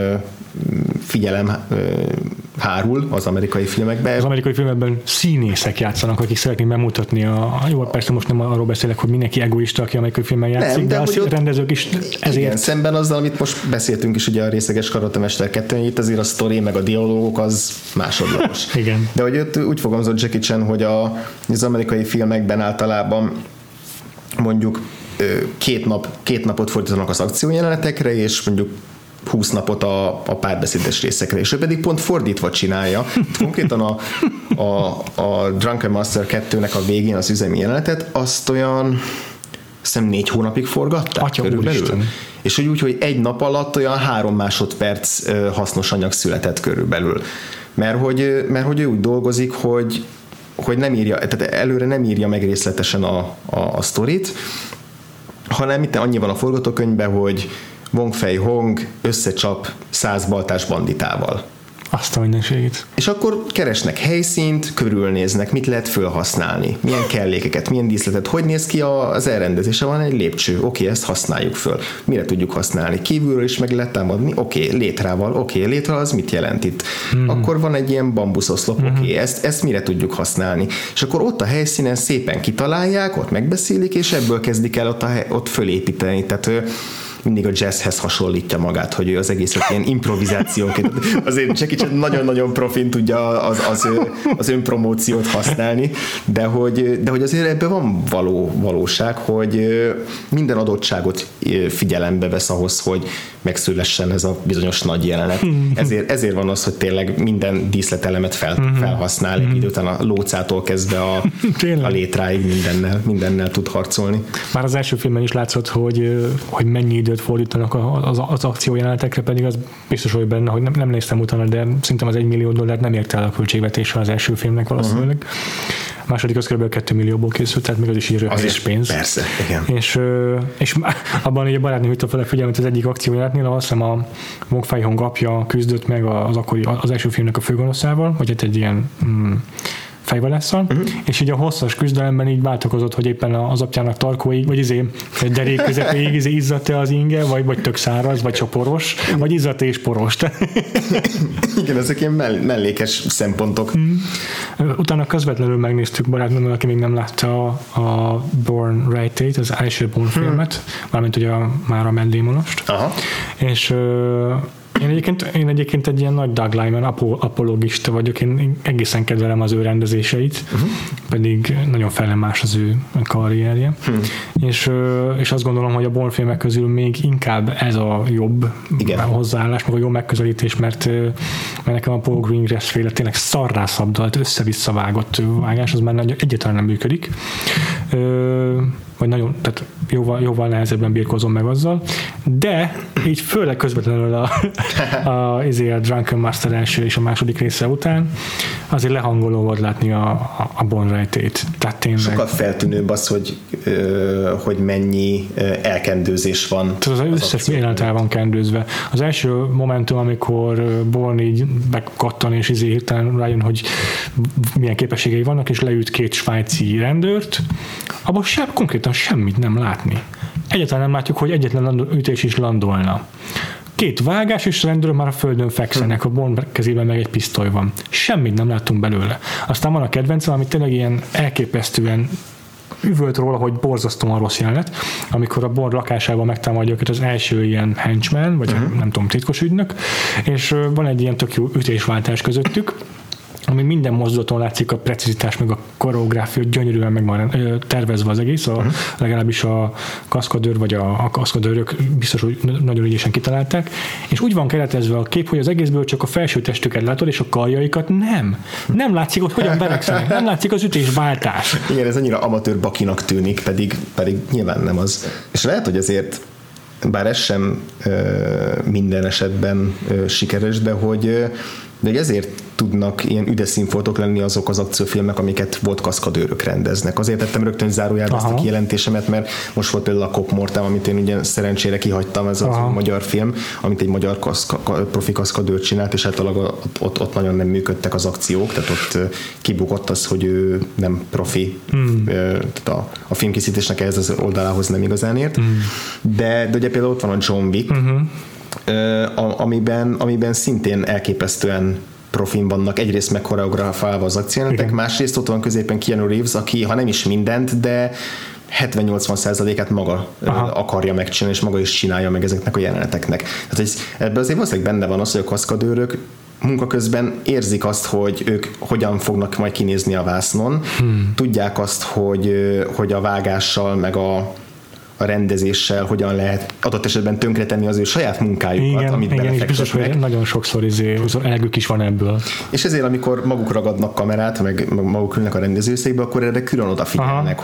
figyelem hárul az amerikai filmekben. Az amerikai filmekben színészek játszanak, akik szeretnék bemutatni jó, persze most nem arról beszélek, hogy mindenki egoista, aki amerikai filmben játszik, nem, de a rendezők is ezért. Igen, szemben azzal, amit most beszéltünk is, ugye a Részeges Karatemester 2, itt azért a sztori meg a dialógok az másodlagos. Igen. De hogy ott úgy fogalmazott Jackie Chan, hogy az amerikai filmekben általában mondjuk két napot fordítanak az akciójelenetekre, és mondjuk 20 napot a párbeszédes részekre, és ő pedig pont fordítva csinálja. Konkrétan a Drunken Master 2-nek a végén az üzemi jelenetet, azt olyan hiszem 4 hónapig forgatták körülbelül. És hogy egy nap alatt olyan 3 másodperc hasznos anyag született körülbelül. Mert hogy ő úgy dolgozik, hogy nem írja, tehát előre nem írja meg részletesen a sztorit, hanem itt annyi van a forgatókönyvben, hogy Wong Fei-hong összecsap 100 baltás banditával. Azt a mindenségét. És akkor keresnek helyszínt, körülnéznek, mit lehet felhasználni, milyen kellékeket, milyen díszletet, hogy néz ki az elrendezése, van egy lépcső, oké, ezt használjuk föl. Mire tudjuk használni? Kívülről is meg lehet támadni, oké, létrával, létre az mit jelent itt? Akkor van egy ilyen bambuszoszlop, oké, ezt mire tudjuk használni? És akkor ott a helyszínen szépen kitalálják, ott megbeszélik, és ebből kezdik el ott fölépíteni. Tehát mindig a jazzhez hasonlítja magát, hogy ő az egészet ilyen improvizációként. Azért Jackie Chan nagyon-nagyon profin tudja az önpromóciót használni, de hogy azért ebben van valóság, hogy minden adottságot figyelembe vesz ahhoz, hogy megszülessen ez a bizonyos nagy jelenet. Ezért van az, hogy tényleg minden díszletelemet felhasznál, egy idő után a lócától kezdve a létráig mindennel tud harcolni. Már az első filmben is látszott, hogy mennyi időt fordítanak az akciójelenetekre, pedig az biztos, hogy benne, hogy nem néztem utána, de szerintem az $1 millió nem ért el a költségvetése az első filmnek valószínűleg. A második az kb. 2 millióból készült, tehát még az is így röhelyes pénz. Persze, igen. És abban ugye a barátnő hűtte fel a figyelmet az egyik akciójelenetnél, azt hiszem a Wong Fei-hong apja küzdött meg az első filmnek a főgonoszával, vagy egy ilyen fejvadásszal, és így a hosszas küzdelemben így változott, hogy éppen az apjának tarkóig, vagy egy derék közepéig izzadt-e az inge, vagy tök száraz, vagy csak poros, vagy izzadt és poros. Igen, ezek ilyen mellékes szempontok. Utána közvetlenül megnéztük barátnőmmel, aki még nem látta a Born Right-ét, az első Born filmet, mármint ugye már a Matt Damonost. És én egyébként egy ilyen nagy Doug Liman apologista vagyok, én egészen kedvelem az ő rendezéseit, pedig nagyon fellemás az ő karrierje. És azt gondolom, hogy a Bourne filmek közül még inkább ez a jobb hozzáállás, meg a jó megközelítés, mert nekem a Paul Greengrass féle tényleg szarrá szabdalt, össze-vissza vágott vágás, az már egyáltalán nem működik. Vagy nagyon, tehát jóval nehezebben birkózom meg azzal, de így főleg közvetlenül a Drunken Master első és a második része után azért lehangoló volt látni a Born Right-ét. Tehát tényleg. Sokkal feltűnőbb az, hogy mennyi elkendőzés van. Tehát az összes jelenet el van kendőzve. Az első momentum, amikor Born így megkattan és hirtelen rájön, hogy milyen képességei vannak, és leüt 2 svájci rendőrt, abban konkrétan semmit nem látni. Egyáltalán nem látjuk, hogy egyetlen ütés is landolna. 2 vágás, és rendőrök már a földön fekszenek, a Bond kezében meg egy pisztoly van. Semmit nem láttunk belőle. Aztán van a kedvencem, ami tényleg ilyen elképesztően üvölt róla, hogy borzasztóan rossz jelenet, amikor a Bond lakásában megtámadja őket az első ilyen henchman, vagy nem tudom, titkos ügynök, és van egy ilyen tök jó ütésváltás közöttük, ami minden mozdulaton látszik a precizitás, meg a koreográfia, gyönyörűen meg van tervezve az egész, legalábbis a kaszkadőr, vagy a kaszkadőrök biztos, hogy nagyon ügyesen kitalálták, és úgy van keretezve a kép, hogy az egészből csak a felső testüket látod, és a karjaikat nem látszik, hogy hogyan verekszenek, nem látszik az ütésváltás. Igen, ez annyira amatőr bakinak tűnik, pedig nyilván nem az. És lehet, hogy azért bár ez sem minden esetben sikeres, de hogy ezért tudnak ilyen üdes színfoltok lenni azok az akciófilmek, amiket volt kaszkadőrök rendeznek. Azért tettem rögtön zárójelbe ezt a kijelentésemet, mert most volt például a Cop Mortem, amit én ugye szerencsére kihagytam, ez az magyar film, amit egy magyar profi kaszkadőr csinált, és általában ott nagyon nem működtek az akciók, tehát ott kibukott az, hogy ő nem profi, tehát a filmkészítésnek ehhez az oldalához nem igazán ért. De ugye például ott van a John Wick, amiben szintén elképesztően profin vannak, egyrészt meg koreografálva az akciójelenetek, másrészt ott van középen Keanu Reeves, aki ha nem is mindent, de 70-80%-át maga akarja megcsinálni, és maga is csinálja meg ezeknek a jeleneteknek. Tehát ebben azért valószínűleg benne van az, hogy a kaszkadőrök munka közben érzik azt, hogy ők hogyan fognak majd kinézni a vásznon, tudják azt, hogy a vágással, meg a rendezéssel hogyan lehet adott esetben tönkretenni az ő saját munkájukat, amit belefektetnek. Igen, biztos, hogy nagyon sokszor elegük is van ebből. És ezért, amikor maguk ragadnak kamerát, meg maguk ülnek a rendezőszékbe, akkor erre külön odafigyelnek,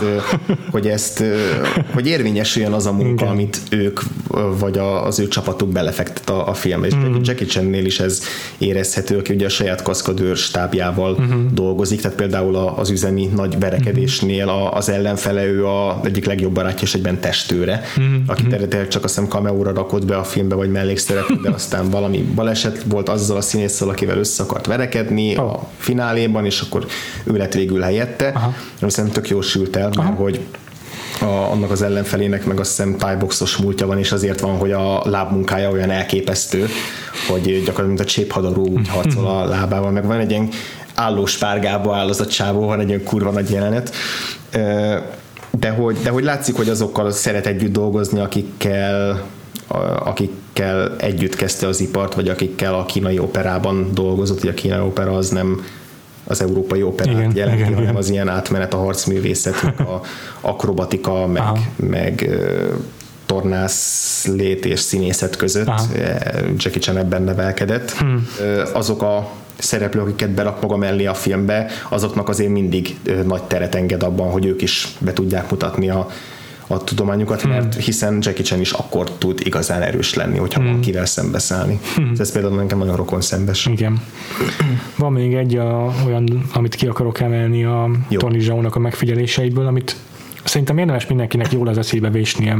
hogy érvényesüljön az a munka, amit ők, vagy az ő csapatuk belefektet a filmbe. És Jackie Chan-nél is ez érezhető, aki ugye a saját kaszkadőr stábjával dolgozik, tehát például az üzemi nagy verekedésnél az ellenfele ő a egyik legjobb barátja, és egyben testőre, akit eredetileg csak azt hiszem cameóra rakott be a filmbe, vagy mellékszerepet, de aztán valami baleset volt azzal a színésszel, akivel össze akart verekedni a fináléban, és akkor ő lett végül helyette. Szerintem tök jól sült el, mert hogy annak az ellenfelének meg azt hiszem thai-boxos múltja van, és azért van, hogy a lábmunkája olyan elképesztő, hogy gyakorlatilag mint a cséphadaró úgy harcol a lábával, meg van egy ilyen állós párgába áll az a csávó, van egy ilyen kurva nagy jelenet, de hogy látszik, hogy azokkal szeret együtt dolgozni, akikkel együtt kezdte az ipart, vagy akikkel a kínai operában dolgozott, hogy a kínai opera az nem az európai operát jelenti, hanem az ilyen átmenet, a harcművészet, a akrobatika, meg tornászlét és színészet között. Jackie Chan ebben nevelkedett. Azok a szereplők, akiket berak maga mellé a filmbe, azoknak azért mindig nagy teret enged abban, hogy ők is be tudják mutatni a tudományukat, mert hiszen Jackie Chan is akkor tud igazán erős lenni, hogyha van kivel szembeszállni. Ez például nekem nagyon rokon szembes. Igen. Van még egy olyan, amit ki akarok emelni a Tony Zhao-nak a megfigyeléseiből, amit szerintem érdemes mindenkinek jól az eszébe vésnie,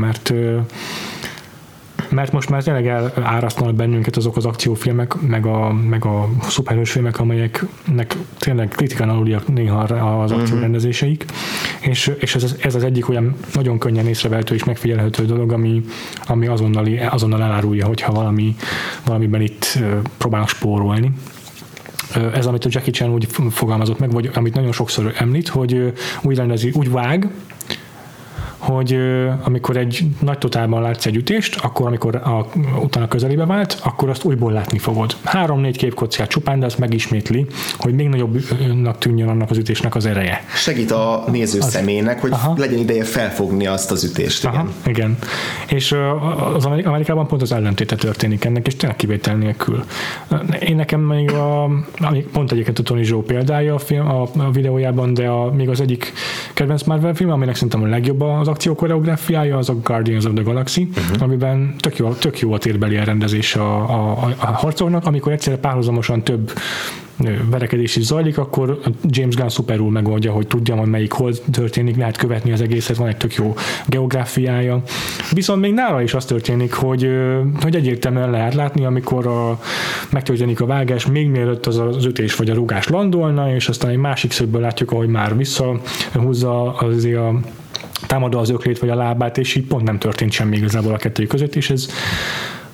mert most már tényleg elárasztanak bennünket azok az akciófilmek, meg a szuperhős filmek, amelyeknek tényleg kritikán aluliak néha az akciórendezéseik, és ez az egyik olyan nagyon könnyen észrevehető és megfigyelhető dolog, ami azonnal elárulja, hogyha valamiben itt próbálnak spórolni. Ez, amit a Jackie Chan úgy fogalmazott meg, vagy amit nagyon sokszor említ, hogy úgy rendezi, úgy vág, hogy amikor egy nagy totálban látsz egy ütést, akkor amikor utána közelébe vált, akkor azt újból látni fogod. 3-4 képkockát csupán, de azt megismétli, hogy még nagyobbnak tűnjön annak az ütésnek az ereje. Segít a néző személynek, hogy legyen ideje felfogni azt az ütést. Igen. És az Amerikában pont az ellentéte történik ennek, és tényleg kivétel nélkül. Én nekem még pont egyébként a Tony Zhao példája a videójában, de még az egyik kedvenc Marvel film, aminek szerintem a legjobb az akció koreográfiája, az a Guardians of the Galaxy, amiben tök jó a térbeli elrendezés a harcoknak, amikor egyszerre párhuzamosan több verekedés is zajlik, akkor James Gunn szuperul megoldja, hogy tudja, hogy melyik hol történik, lehet követni az egészet, van egy tök jó geográfiája. Viszont még nála is az történik, hogy egyértelműen lehet látni, amikor megtörténik a vágás, még mielőtt az ütés vagy a rúgás landolna, és aztán egy másik szögből látjuk, ahogy már visszahúzza támadja az öklét vagy a lábát, és így pont nem történt semmi igazából a kettő között, és ez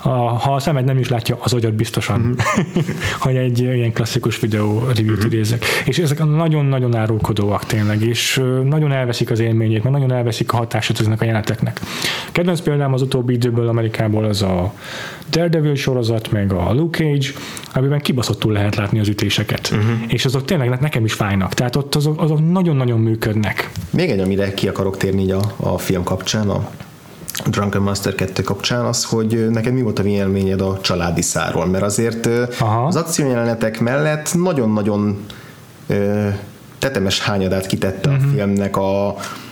ha a szemed nem is látja, az agyad biztosan, hogy egy ilyen klasszikus videó review-t idézek. És ezek nagyon-nagyon árulkodóak tényleg, és nagyon elveszik az élményét, mert nagyon elveszik a hatását ezeknek a jeleneteknek. Kedvenc példám az utóbbi időből Amerikából az a Daredevil sorozat, meg a Luke Cage, amiben kibaszottul lehet látni az ütéseket. És azok tényleg nekem is fájnak. Tehát ott azok nagyon-nagyon működnek. Még egy, amire ki akarok térni így a film kapcsán, a Drunken Master 2 kapcsán, az, hogy neked mi volt a véleményed a családi szárról, mert azért az akciójelenetek mellett nagyon-nagyon tetemes hányadát kitette a filmnek a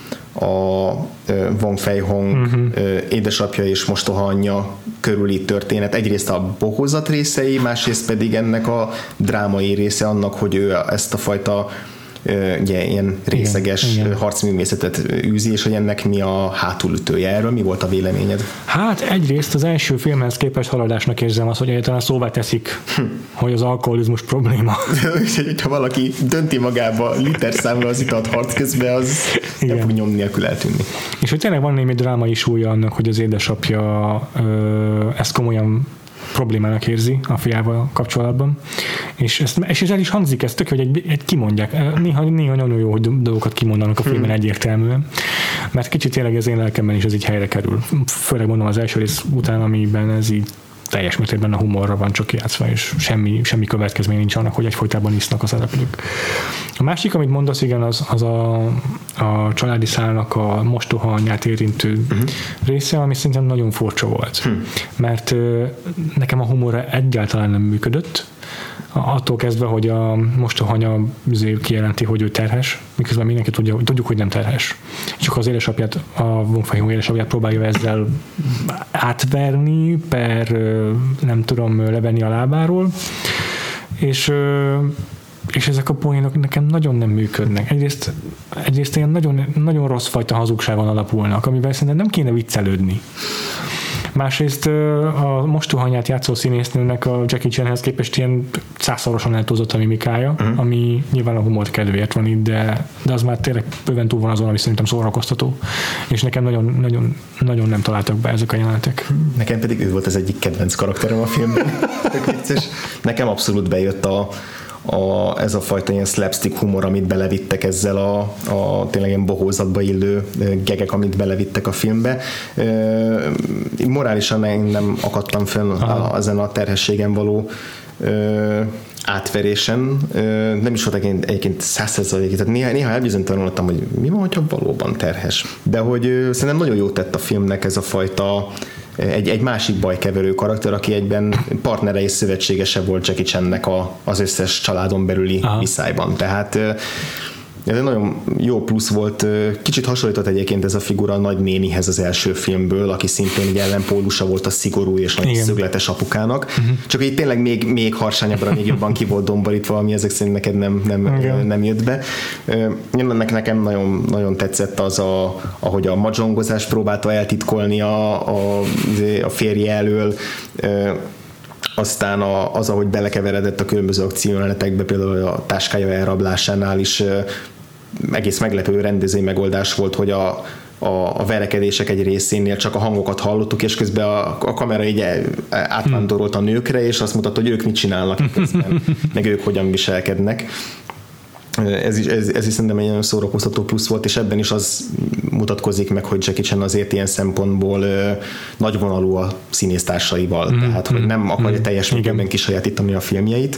Wong Fei-hong édesapja és mostoha anyja körüli történet. Egyrészt a bohózat részei, másrészt pedig ennek a drámai része annak, hogy ő ezt a fajta ugye, ilyen részeges harcművészetet űzi, és hogy ennek mi a hátulütője. Erről mi volt a véleményed? Hát egyrészt az első filmhez képest haladásnak érzem azt, hogy egyáltalán szóvá teszik, hogy az alkoholizmus probléma. Ha valaki dönti magába literszámra az italt harc közben, az nem fog nyom nélkül eltűnni. És hogy tényleg van némi drámai súlya annak, hogy az édesapja ezt komolyan problémának érzi a fiával kapcsolatban. És el is hangzik ez tök, hogy egy kimondják. Néha nagyon jó, hogy dolgokat kimondanak a filmben egyértelműen. Mert kicsit tényleg az én lelkemben is ez így helyre kerül. Főleg mondom az első rész után, amiben ez így teljes mértékben a humorra van csak játszva, és semmi következmény nincs annak, hogy egyfolytában isznak a szereplők. A másik, amit mondasz, igen, az a családi szálnak a mostoha anyját érintő része, ami szerintem nagyon furcsa volt. Mert nekem a humorra egyáltalán nem működött, attól kezdve, hogy a mostoha anya kijelenti, hogy ő terhes, miközben mindenki tudjuk, hogy nem terhes. Csak az édesapját, a Wong Fei-hong édesapját próbálja ezzel átverni, nem tudom, levenni a lábáról, és ezek a poénok nekem nagyon nem működnek. Egyrészt ilyen nagyon, nagyon rossz fajta hazugságon alapulnak, amivel szerintem nem kéne viccelődni. Másrészt a mostohanyát játszó színésznőnek a Jackie Chanhez képest ilyen 100-szorosan eltúlzott a mimikája, ami nyilván a humor kedvéért van itt, de az már tényleg bőven túl van azon, ami szerintem szórakoztató. És nekem nagyon nem találtak be ezek a jelenetek. Nekem pedig ő volt az egyik kedvenc karakterem a filmben. Nekem abszolút bejött ez a fajta ilyen slapstick humor, amit belevittek ezzel a tényleg ilyen bohózatba illő gegek, amit belevittek a filmbe. Morálisan nem akadtam fenn ezen a terhességen való átverésen. Nem is volt egyébként 100%, tehát néha elbizonytalanodtam, hogy mi van, hogyha valóban terhes. De hogy szerintem nagyon jót tett a filmnek ez a fajta egy másik bajkeverő karakter, aki egyben partnere és szövetségese volt Jackie Channek az összes családon belüli viszályban. Tehát ez egy nagyon jó plusz volt. Kicsit hasonlított egyébként ez a figura a nagynénihez az első filmből, aki szintén egy ellenpólusa volt a szigorú és nagy szögletes apukának. Csak így tényleg még harsányabbra, még jobban ki volt domborítva, ami ezek szerint neked nem jött be. Nekem nagyon, nagyon tetszett az, ahogy a mahjongozást próbálta eltitkolni a férje elől, aztán az, ahogy belekeveredett a különböző akciójelenetekbe, például a táskája elrablásánál is egész meglepő rendezői megoldás volt, hogy a verekedések egy részénél csak a hangokat hallottuk, és közben a kamera így átvándorolt a nőkre, és azt mutatta, hogy ők mit csinálnak közben, meg ők hogyan viselkednek. Ez is szerintem egy nagyon szórakoztató plusz volt, és ebben is az mutatkozik meg, hogy Jackie Chan azért ilyen szempontból nagyvonalú a színésztársaival, tehát hogy nem akarja teljes mértékben kisajátítani a filmjeit,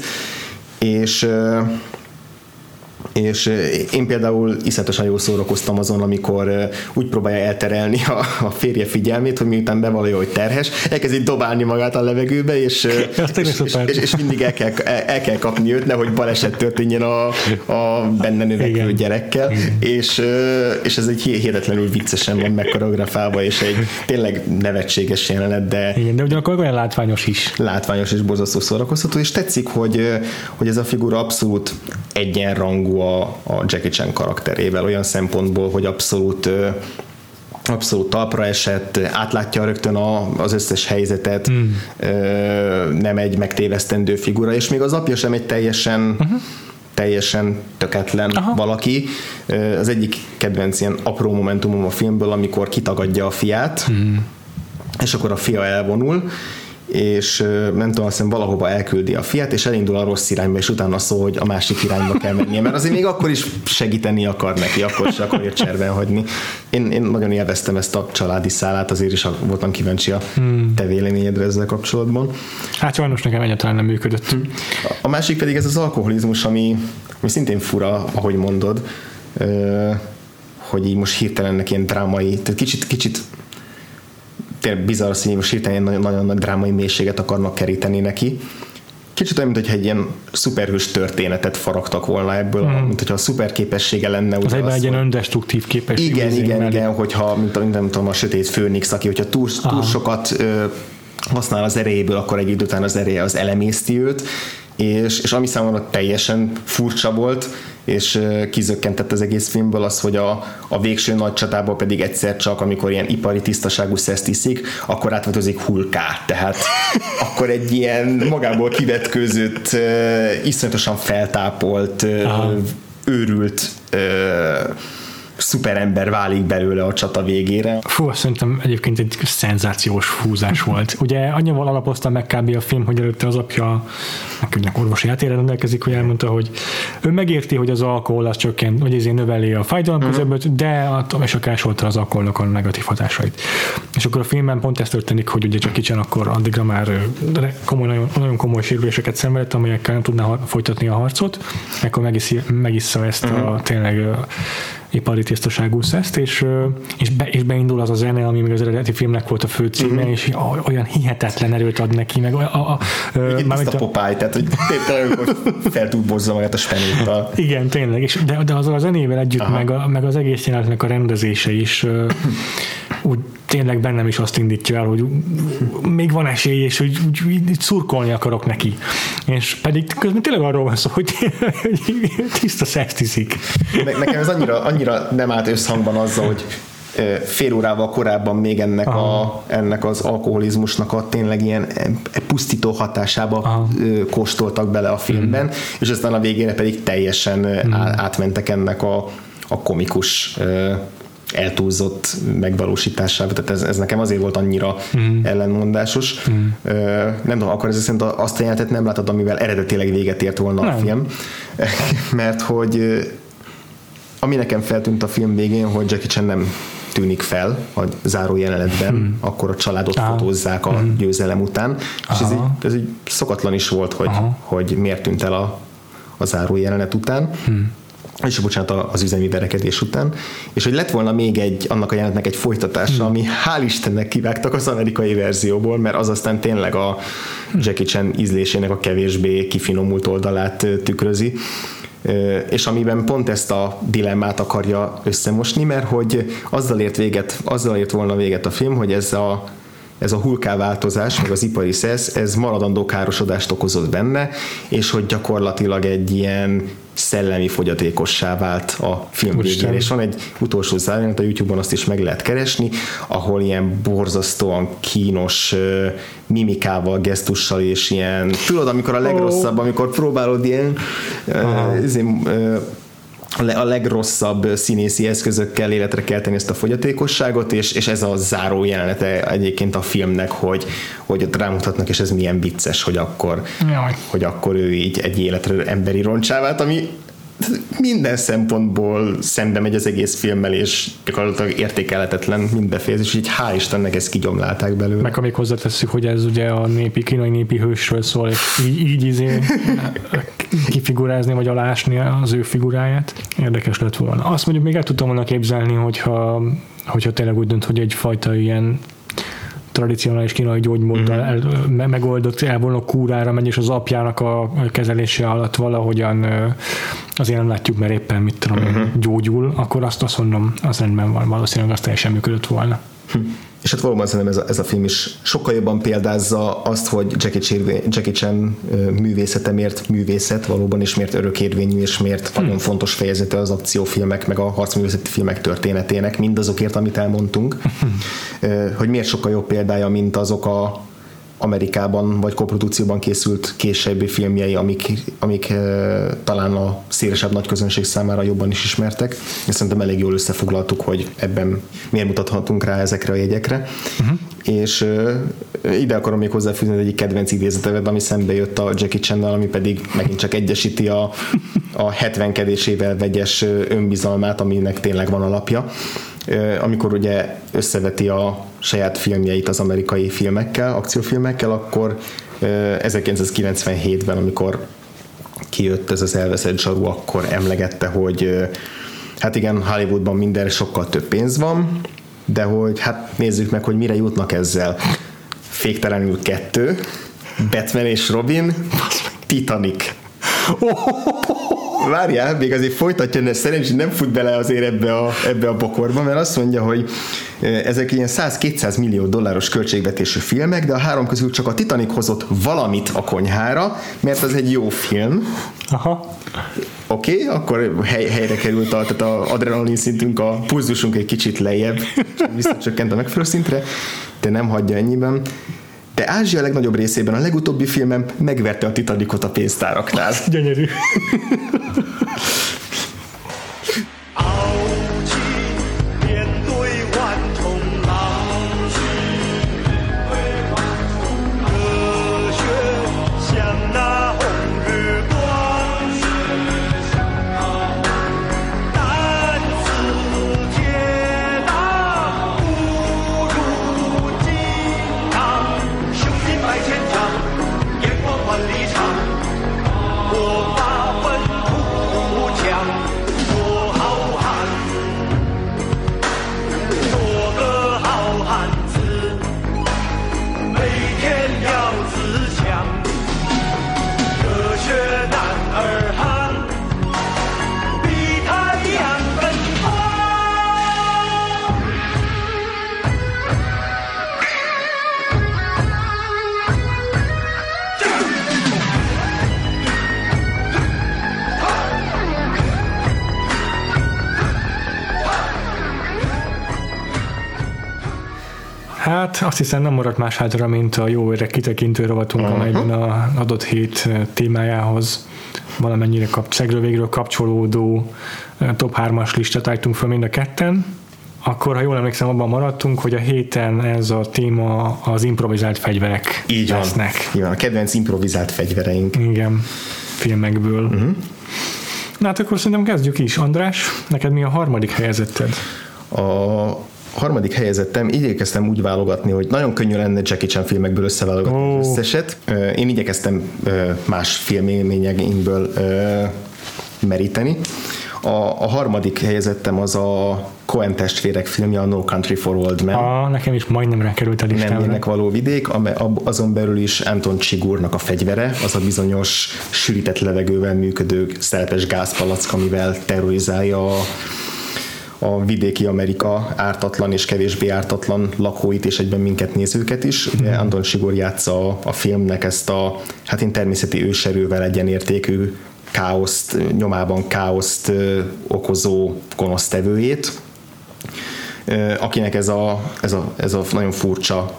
és én például iszonyatosan jól szórakoztam azon, amikor úgy próbálja elterelni a férje figyelmét, hogy miután bevallja, hogy terhes, elkezdi dobálni magát a levegőbe, és mindig el kell kapni őt, nehogy baleset történjen a benne növekvő gyerekkel, és ez egy hihetetlenül viccesen van megkoreografálva, és egy tényleg nevetséges jelenet, de ugyanakkor olyan látványos is. Látványos és borzasztó szórakoztató, és tetszik, hogy ez a figura abszolút egyenrangú a Jackie Chan karakterével, olyan szempontból, hogy abszolút talpra esett, átlátja rögtön az összes helyzetet, nem egy megtévesztendő figura, és még az apja sem egy teljesen töketlen valaki. Az egyik kedvenc ilyen apró momentumom a filmből, amikor kitagadja a fiát, és akkor a fia elvonul, és nem tudom, azt hiszem valahova elküldi a fiát, és elindul a rossz irányba, és utána szól, hogy a másik irányba kell mennie, mert azért még akkor is segíteni akar neki, akkor is akarja cserben hagyni. Én nagyon élveztem ezt a családi szálát, azért is voltam kíváncsi a te véleményedre ezzel kapcsolatban. Hát sajnos nekem egyáltalán nem működött. A másik pedig ez az alkoholizmus, ami szintén fura, ahogy mondod, hogy így most hirtelen ilyen drámai, tehát kicsit tényleg bizarr az, hogy most hirtelen nagyon nagy drámai mélységet akarnak keríteni neki. Kicsit olyan, mintha egy ilyen szuperhős történetet faragtak volna ebből, mint hogyha a szuper képessége lenne. Az egyben egy ilyen öndestruktív képesség. Igen, hogyha mint nem tudom, a sötét főnix, aki hogyha túl sokat használ az erejéből, akkor egy idő után az ereje az elemészti őt, és ami számomra teljesen furcsa volt, és kizökkentett az egész filmből az, hogy a végső nagy csatából pedig egyszer csak, amikor ilyen ipari tisztaságú szeszt iszik, akkor átváltozik hulká, tehát akkor egy ilyen magából kivetkőzött, iszonyatosan feltápolt, őrült szuperember válik belőle a csata végére. Fú, szerintem egyébként egy szenzációs húzás volt. Ugye annyival alapozta meg kb. A film, hogy előtte az apja orvosi hátére rendelkezik, hogy elmondta, hogy ő megérti, hogy az alkohol az csökkent, vagy ezért növeli a fájdalomküzeböt, de és a kásolta az alkoholnak a negatív hatásait. És akkor a filmben pont ez történik, hogy ugye csak kicsen akkor addigra már nagyon komoly sérüléseket szenvedett, amelyekkel nem tudná folytatni a harcot, akkor megissza ezt a tényleg ipari tisztaságú szeszt, és beindul az a zene, ami még az eredeti filmnek volt a fő címe, és olyan hihetetlen erőt ad neki, meg ezt a Popeye, tehát hogy tényleg fel tud bozza magát a spenéttal. Igen, tényleg, de azzal a zenével együtt, meg az egész jelenetnek a rendezése is úgy tényleg bennem is azt indítja el, hogy még van esély, és hogy szurkolni akarok neki. És pedig közben tényleg arról van szó, hogy tiszta szext iszik. Nekem ez annyira nem állt összhangban azzal, hogy fél órával korábban még ennek az alkoholizmusnak a tényleg ilyen pusztító hatásába kóstoltak bele a filmben, és aztán a végére pedig teljesen átmentek ennek a komikus eltúlzott megvalósításába, tehát ez nekem azért volt annyira ellenmondásos. Nem tudom, akkor ezzel szerint azt a jelenetet nem látod, amivel eredetileg véget ért volna a film, mert hogy ami nekem feltűnt a film végén, hogy Jackie Chan nem tűnik fel a záró jelenetben, akkor a családot fotózzák a győzelem után, és ez így szokatlan is volt, hogy miért tűnt el a záró jelenet után. És bocsánat, az üzemi verekedés után, és hogy lett volna még annak a jelenetnek egy folytatása, ami hál' Istennek kivágtak az amerikai verzióból, mert az aztán tényleg a Jackie Chan ízlésének a kevésbé kifinomult oldalát tükrözi, és amiben pont ezt a dilemmát akarja összemosni, mert hogy azzal ért volna véget a film, hogy ez a hulkáváltozás, meg az ipari szesz, ez maradandó károsodást okozott benne, és hogy gyakorlatilag egy ilyen szellemi fogyatékossá vált a film végén. És van egy utolsó zárójelet, a YouTube-on azt is meg lehet keresni, ahol ilyen borzasztóan kínos mimikával, gesztussal, és ilyen, tudod, amikor a legrosszabb, amikor próbálod ilyen a legrosszabb színészi eszközökkel életre kelteni ezt a fogyatékosságot, és ez a záró jelenete egyébként a filmnek, hogy rámutatnak, és ez milyen vicces, hogy akkor ő így egy életre emberi roncsá vált, ami minden szempontból szembe megy az egész filmmel, és gyakorlatilag értékelhetetlen mind befejezés, és így hál' Istennek ezt kigyomlálták belőle. Meg amíg hozzátesszük, hogy ez ugye a kínai népi hősről szól, és így kifigurázni, vagy alásni az ő figuráját. Érdekes lett volna. Azt mondjuk még el tudtam volna képzelni, hogyha tényleg úgy dönt, hogy egyfajta ilyen tradicionális kínai gyógymóddal megoldott elvonó kúrára megy, és az apjának a kezelése alatt valahogyan azért nem látjuk, mert éppen mit tudom, gyógyul, akkor azt mondom, az rendben van, valószínűleg azt teljesen működött volna. És hát valóban szerintem ez a film is sokkal jobban példázza azt, hogy Jackie Chan művészete miért művészet valóban, és miért örökérvényű, és miért nagyon fontos fejezete az akciófilmek, meg a harcművészeti filmek történetének, mindazokért, amit elmondtunk. Hogy miért sokkal jobb példája, mint azok a Amerikában vagy koprodukcióban készült későbbi filmjei, amik talán a szélesebb nagyközönség számára jobban is ismertek, és szerintem elég jól összefoglaltuk, hogy ebben miért mutathatunk rá ezekre a jegyekre. És ide akarom még hozzáfűzni egyik kedvenc idézetevet, ami szembe jött a Jackie Chan-nal, ami pedig megint csak egyesíti a 70-kedésével vegyes önbizalmát, aminek tényleg van alapja. Amikor ugye összeveti a saját filmjeit az amerikai filmekkel, akciófilmekkel, akkor 1997-ben, amikor kijött ez az elveszett zsaru, akkor emlegette, hogy hát igen, Hollywoodban mindenre sokkal több pénz van, de hogy hát nézzük meg, hogy mire jutnak ezzel. Féktelenül 2, Batman és Robin, Titanic. Várjál, még azért folytatja, de szerencsére nem fut bele azért ebbe a bokorba, mert azt mondja, hogy ezek ilyen 100-200 millió dolláros költségvetésű filmek, de a 3 közül csak a Titanic hozott valamit a konyhára, mert az egy jó film. Aha. Oké, akkor helyre került tehát az adrenalin szintünk, a pulzusunk egy kicsit lejjebb, visszacsökkent a megfelelő szintre, de nem hagyja ennyiben. De Ázsia legnagyobb részében a legutóbbi filmem megverte a Titanicot a pénztáraknál. Gyönyörű. Hát azt hiszem nem maradt más hátra, mint a jó öreg kitekintő rovatunk, amelyben az adott hét témájához valamennyire szegről végről kapcsolódó top 3-as listát állítunk fel mind a ketten. Akkor, ha jól emlékszem, abban maradtunk, hogy a héten ez a téma az improvizált fegyverek így lesznek. Így van, a kedvenc improvizált fegyvereink. Igen, filmekből. Na hát akkor szerintem kezdjük is. András, neked mi a harmadik helyezetted? A harmadik helyezettem, igyekeztem úgy válogatni, hogy nagyon könnyű lenne Jackie Chan filmekből összeválogatni az összeset. Én igyekeztem más filmélményeimből meríteni. A harmadik helyezettem az a Coen testvérek filmje, a No Country for Old Men. Nekem is majdnem rákerült a listámra. Nem ennek való vidék, azon belül is Anton Chigurhnak a fegyvere, az a bizonyos sűrített levegővel működő szerepes gázpalack, amivel terrorizálja a vidéki Amerika ártatlan és kevésbé ártatlan lakóit, és egyben minket nézőket is. Ugye Anton Chigurh játsza a filmnek ezt a természeti őserővel egyenértékű nyomában káoszt okozó gonosztevőjét, akinek ez a nagyon furcsa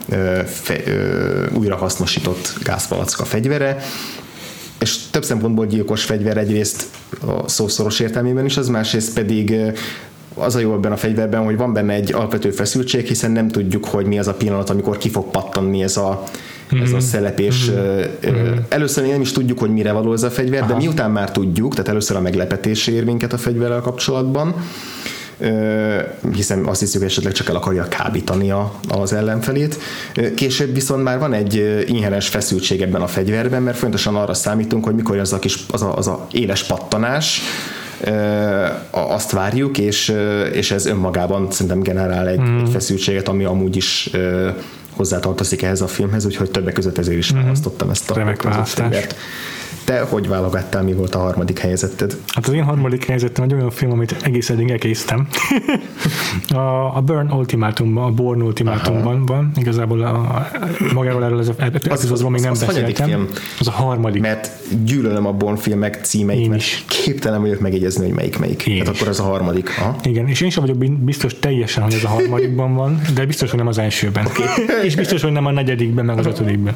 újrahasznosított gázpalack a fegyvere, és több szempontból gyilkos fegyver, egyrészt a szószoros értelmében is, az másrészt pedig az a jó ebben a fegyverben, hogy van benne egy alapvető feszültség, hiszen nem tudjuk, hogy mi az a pillanat, amikor ki fog pattanni ez a szelepés. Először nem is tudjuk, hogy mire való ez a fegyver, de miután már tudjuk, tehát először a meglepetés ér minket a fegyverrel kapcsolatban, hiszen azt hiszük, hogy esetleg csak el akarja kábítani az ellenfelét. Később viszont már van egy inherens feszültség ebben a fegyverben, mert fontosan arra számítunk, hogy mikor az a éles pattanás, azt várjuk, és ez önmagában szerintem generál egy feszültséget, ami amúgy is hozzátartozik ehhez a filmhez, úgyhogy többek között ezért is választottam ezt a remek választás. Te hogy válogattál, mi volt a harmadik helyezetted? Hát az én harmadik helyezettem egy olyan film, amit egész eddig elkésztem. A Bourne Ultimátumban van. Igazából magáról erről az epizódról még nem beszéltem. Az a harmadik. Mert gyűlölöm a Bourne filmek címeit, mert képtelen vagyok megjegyezni, hogy melyik. Hát akkor az a harmadik. Aha. Igen, és én sem vagyok biztos teljesen, hogy ez a harmadikban van, de biztos, hogy nem az elsőben. Okay. És biztos, hogy nem a negyedikben, meg az ötödikben.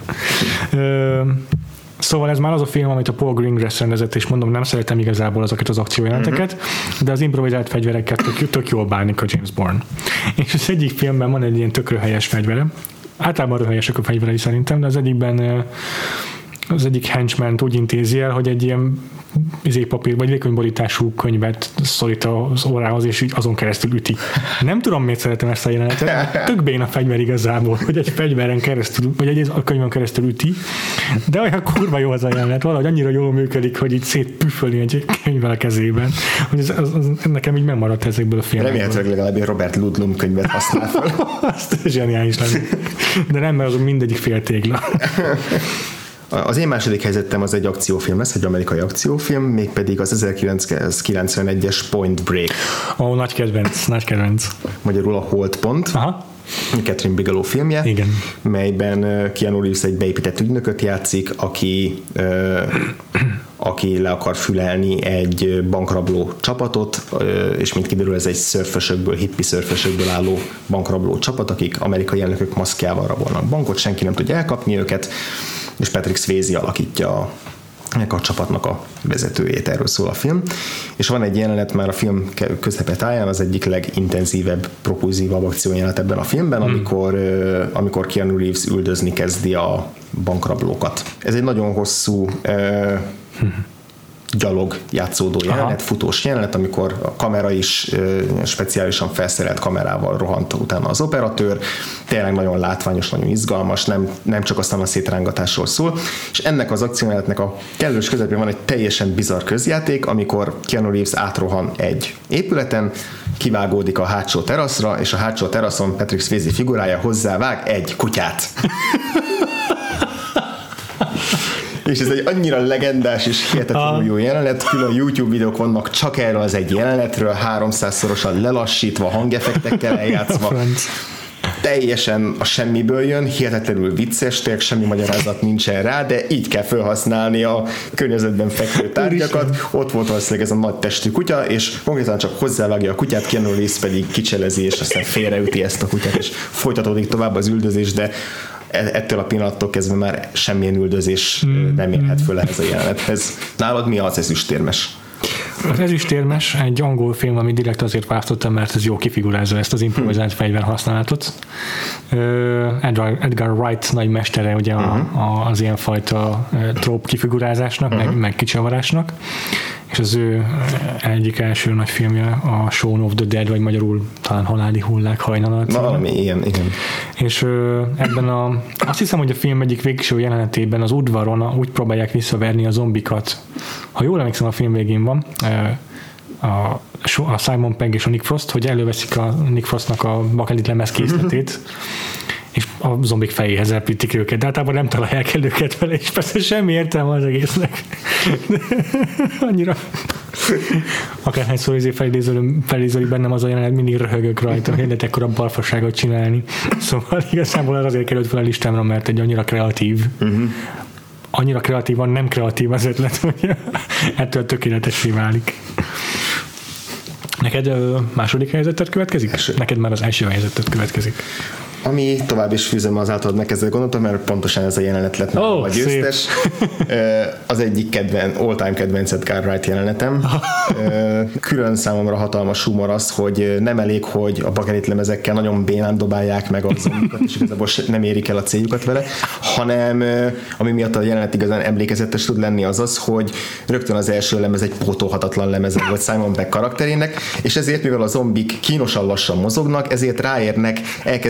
Szóval ez már az a film, amit a Paul Greengrass rendezett, és mondom, nem szeretem igazából azokat az akciójelenteket, de az improvizált fegyverekkel tök jól bánik a James Bourne. És az egyik filmben van egy ilyen tök röhelyes fegyvere. Általában röhelyesek a fegyverei szerintem, de az egyikben az egyik henchman úgy intézi el, hogy egy ilyen papír vagy vékonyborítású könyvet szorít az órához, és így azon keresztül üti. Nem tudom, miért szeretem ezt a jelenetet. Tök béna fegyver igazából, hogy egy fegyveren keresztül, vagy egy könyvön keresztül üti, de olyan kurva jó az a jelenet, valahogy annyira jól működik, hogy így szétpüfölni egy könyvvel a kezében. Hogy ez nekem így megmaradt ezekből a filmekből. Remélhetőleg legalább egy Robert Ludlum könyvet használ fel. Azt zseniális lenne. De nem, mert azon mindegyik féltégla. Az én második helyzetem az egy akciófilm lesz, egy amerikai akciófilm, mégpedig az 1991-es Point Break. Nagy kedvenc. Magyarul a Holdpont. Aha. Catherine Bigelow filmje, igen. Melyben Keanu Reeves egy beépített ügynököt játszik, aki le akar fülelni egy bankrabló csapatot, és mint kiderül, ez egy hippie szörfösökből álló bankrabló csapat, akik amerikai elnökök maszkjával rabolnak bankot, senki nem tudja elkapni őket, és Patrick Swayze alakítja a csapatnak a vezetőjét, erről szól a film. És van egy jelenet már a film köztepetáján, az egyik legintenzívebb, propulzívabb akciójelenet ebben a filmben, amikor Keanu Reeves üldözni kezdi a bankrablókat. Ez egy nagyon hosszú gyalog játszódó jelenet, futós jelenet, amikor a kamera is speciálisan felszerelt kamerával rohant utána az operatőr, tényleg nagyon látványos, nagyon izgalmas, nem csak aztán a szétrángatásról szól, és ennek az akciójelenetnek a kellős közepén van egy teljesen bizarr közjáték, amikor Keanu Reeves átrohan egy épületen, kivágódik a hátsó teraszra, és a hátsó teraszon Patrick Swayze figurája hozzávág egy kutyát. És ez egy annyira legendás és hihetetlenül jó jelenet, külön YouTube videók vannak csak erről az egy jelenetről, 300-szorosan lelassítva, hangeffektekkel eljátszva. Teljesen a semmiből jön, hihetetlenül vicces, tényleg semmi magyarázat nincsen rá, de így kell felhasználni a környezetben fekvő tárgyakat. Ott volt valószínűleg ez a nagy testű kutya, és konkrétan csak hozzávágja a kutyát, Keanu Reeves pedig kicselezi, és aztán félreüti ezt a kutyát, és folytatódik tovább az üldözés, de ettől a pillanattól kezdve már semmilyen üldözés nem érhet föl ehhez a jelenethez. Nálad mi az Ezüstérmes? Az Ezüstérmes egy angol film, amit direkt azért választottam, mert ez jó kifigurázza ezt az improvizált fegyver használatot. Edgar Wright nagy mestere ugye az ilyenfajta tróp kifigurázásnak, meg kicsavarásnak, és az ő egyik első nagy filmje a Shaun of the Dead, vagy magyarul talán Haláli hullák hajnala. Valami ilyen, igen. És ebben azt hiszem, hogy a film egyik végső jelenetében az udvaron úgy próbálják visszaverni a zombikat. Ha jól emlékszem, a film végén van, a Simon Pegg és a Nick Frost, hogy előveszik a Nick Frostnak a bakelit lemez készletét, és a zombik fejéhez elpítik őket, de általában nem találják el őket vele, és persze semmi értelme az egésznek. Annyira akárhányszor felidéződik bennem az a jelenet, mindig röhögök rajta, hogy lehet ekkora balfasságot csinálni. Szóval igazából az azért került fel a listámra, mert egy annyira kreatív, annyira kreatívan nem kreatív az ötlet, hogy ettől tökéletessé válik. Neked második helyzetet következik? Neked már az első helyzetet következik. Ami tovább is fűzöm az általad megkezdett gondolatot, mert pontosan ez a jelenet lett a győztes. Az egyik all-time kedvenc Edgar Wright jelenetem. Külön számomra hatalmas humor az, hogy nem elég, hogy a bakelitlemezekkel nagyon bénán dobálják meg a zombikat, és igazából nem érik el a céljukat vele, hanem ami miatt a jelenet igazán emlékezetes tud lenni az, hogy rögtön az első lemez egy pótolhatatlan lemeze volt Simon Pegg karakterének, és ezért, mivel a zombik kínosan lassan mozognak, ezért ráérnek elkezdeni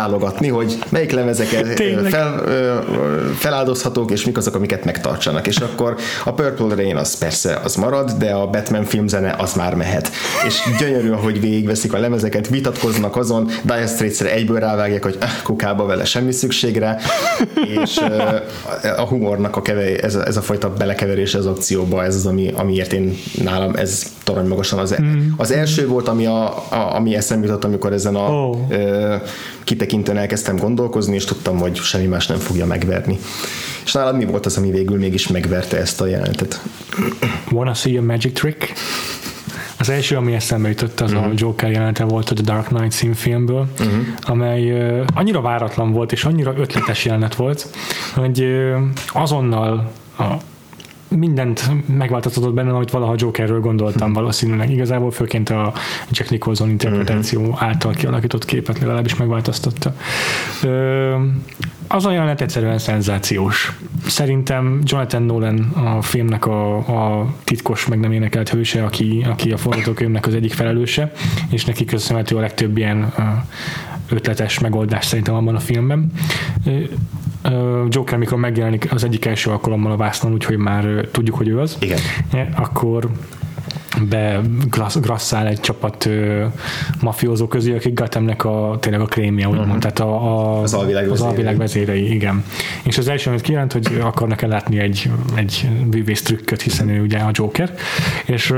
válogatni, hogy melyik lemezeket feláldozhatók, és mik azok, amiket megtartsanak. És akkor a Purple Rain az persze az marad, de a Batman filmzene az már mehet. És gyönyörű, ahogy végigveszik a lemezeket, vitatkoznak azon, Dire Straits-re egyből rávágják, hogy kukába vele semmi szükségre, és a humornak ez a fajta belekeverés az akcióba, ez az, amiért én nálam ez torony magasan az első volt, ami eszembe jutott, amikor ezen a kitekintőn elkezdtem gondolkozni, és tudtam, hogy semmi más nem fogja megverni. És nálad mi volt az, ami végül mégis megverte ezt a jelentet? Wanna see a magic trick? Az első, ami eszembe jutott, az a Joker jelenete volt a The Dark Knight színfilmből, amely annyira váratlan volt, és annyira ötletes jelenet volt, hogy azonnal mindent megváltoztatott bennem, amit valaha Jokerről gondoltam valószínűleg. Igazából főként a Jack Nicholson interpretáció által kialakított képet legalábbis megváltoztatta. Az a jelenet egyszerűen szenzációs. Szerintem Jonathan Nolan a filmnek a titkos, meg nem énekelt hőse, aki a forgatókönyvnek az egyik felelőse, és neki köszönhető a legtöbb ilyen ötletes megoldás szerintem abban a filmben. Joker, mikor megjelenik az egyik első alkalommal a vásznon, úgyhogy már tudjuk, hogy ő az. Igen. Akkor grasszál egy csapat mafiózó közé, akik Gothamnek tényleg a krémje, úgymond, tehát az alvilág vezérei, igen. És az első, amit kijelent, hogy akarnak ellátni egy bűvész trükköt, hiszen ő ugye a Joker, és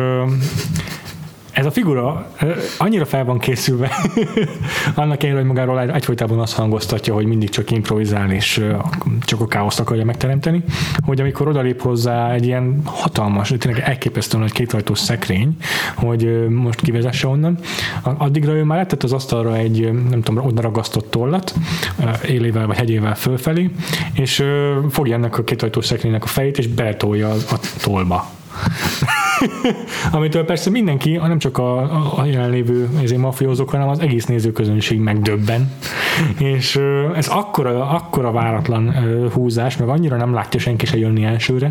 ez a figura annyira fel van készülve, annak ellenére, hogy magáról egyfolytában azt hangoztatja, hogy mindig csak improvizál, és csak a káoszt akarja megteremteni, hogy amikor odalép hozzá egy ilyen hatalmas, tényleg elképesztően nagy kétajtós szekrény, hogy most kivezesse onnan, addigra ő már letett az asztalra egy, nem tudom, oda ragasztott tollat, élével vagy hegyével fölfelé, és fogja ennek a kétajtós szekrénynek a fejét, és beletolja a tollba. Amitől persze mindenki, nem csak a jelenlévő mafiózók, hanem az egész nézőközönség megdöbben. És ez akkora váratlan húzás, meg annyira nem látja senki se jönni elsőre,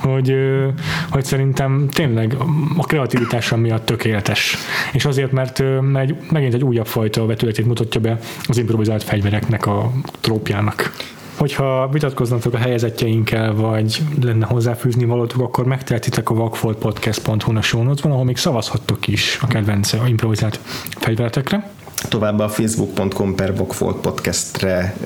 hogy szerintem tényleg a kreativitása miatt tökéletes. És azért, mert megint egy újabb fajta vetületét mutatja be az improvizált fegyvereknek a trópjának. Hogyha vitatkoznatok a helyezettjeinkkel, vagy lenne hozzáfűzni valótok, akkor megteltitek a vakfoltpodcast.hu-n a show notes-ban, ahol még szavazhattok is a kedvenc improvizált fegyveretekre. Továbbá a facebook.com/vakfoltpodcastre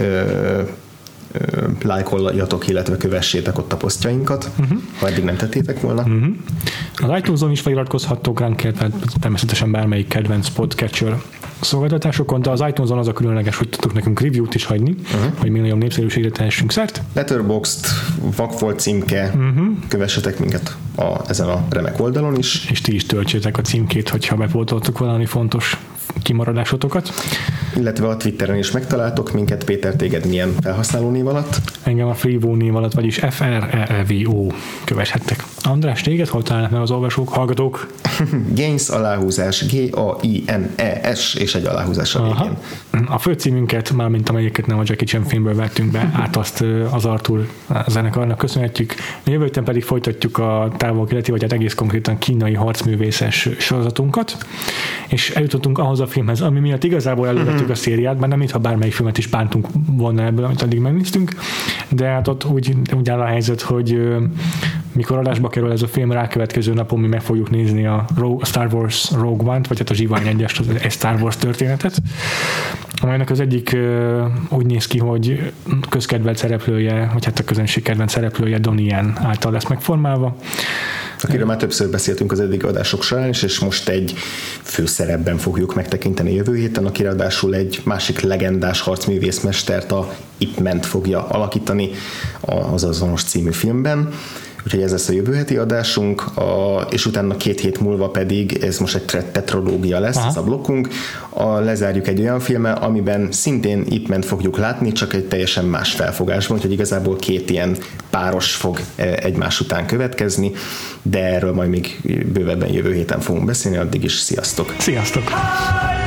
lájkoljatok, illetve kövessétek ott a posztjainkat, ha eddig nem tettétek volna. Az iTunes-on is feliratkozhattok ránk, természetesen bármelyik kedvenc podcatcher szolgáltatásokon, de az iTunes-on az a különleges, hogy tudtok nekünk review-t is hagyni, hogy minél nagyobb népszerűségre tehessünk szert. Letterboxd, Vakfolt címke, kövessetek minket ezen a remek oldalon is. És ti is töltsétek a címkét, hogyha bepótoltok valami fontos kimaradásotokat. Illetve a Twitteren is megtaláltok minket. Péter, téged milyen felhasználó név alatt? Engem a Freevo név alatt, vagyis FREVO köveshettek. András, téged hol találnak meg az olvasók, hallgatók? Gaines aláhúzás, G-A-I-N-E-S és egy aláhúzás a végén. A főcímünket, mármint amelyiket nem a Jackie Chan filmből vettünk be, át azt az Arthur zenekarnak köszönhetjük. A jövő héten pedig folytatjuk a távol-keleti, vagy hát egész konkrétan kínai harcművészes sorozatunkat, és eljutottunk ahhoz a filmhez, ami miatt igazából elővettük a szériát, mert nem mintha bármelyik filmet is bántunk volna ebből, amit addig megnéztünk, de hát ott úgy áll a helyzet, hogy mikor adásba kerül ez a film, rákövetkező napon mi meg fogjuk nézni a Star Wars Rogue One-t, vagy hát a Zsivány 1-est, a Star Wars történetet, amelynek az egyik úgy néz ki, hogy közkedvelt szereplője, vagy hát a közönség kedvenc szereplője Donnie Yen által lesz megformálva. Akiről már többször beszéltünk az eddigi adások során, és most egy főszerepben fogjuk megtekinteni jövő héten, aki ráadásul egy másik legendás harcművészmestert, a Ip Man-t fogja alakítani az azonos című filmben. Úgyhogy ez lesz a jövő heti adásunk, és utána 2 hét múlva pedig, ez most egy tetralógia lesz, ez a blokkunk, lezárjuk egy olyan filmmel, amiben szintén Ip Man-t fogjuk látni, csak egy teljesen más felfogásban, úgyhogy igazából 2 ilyen páros fog egymás után következni, de erről majd még bővebben jövő héten fogunk beszélni, addig is sziasztok! Sziasztok!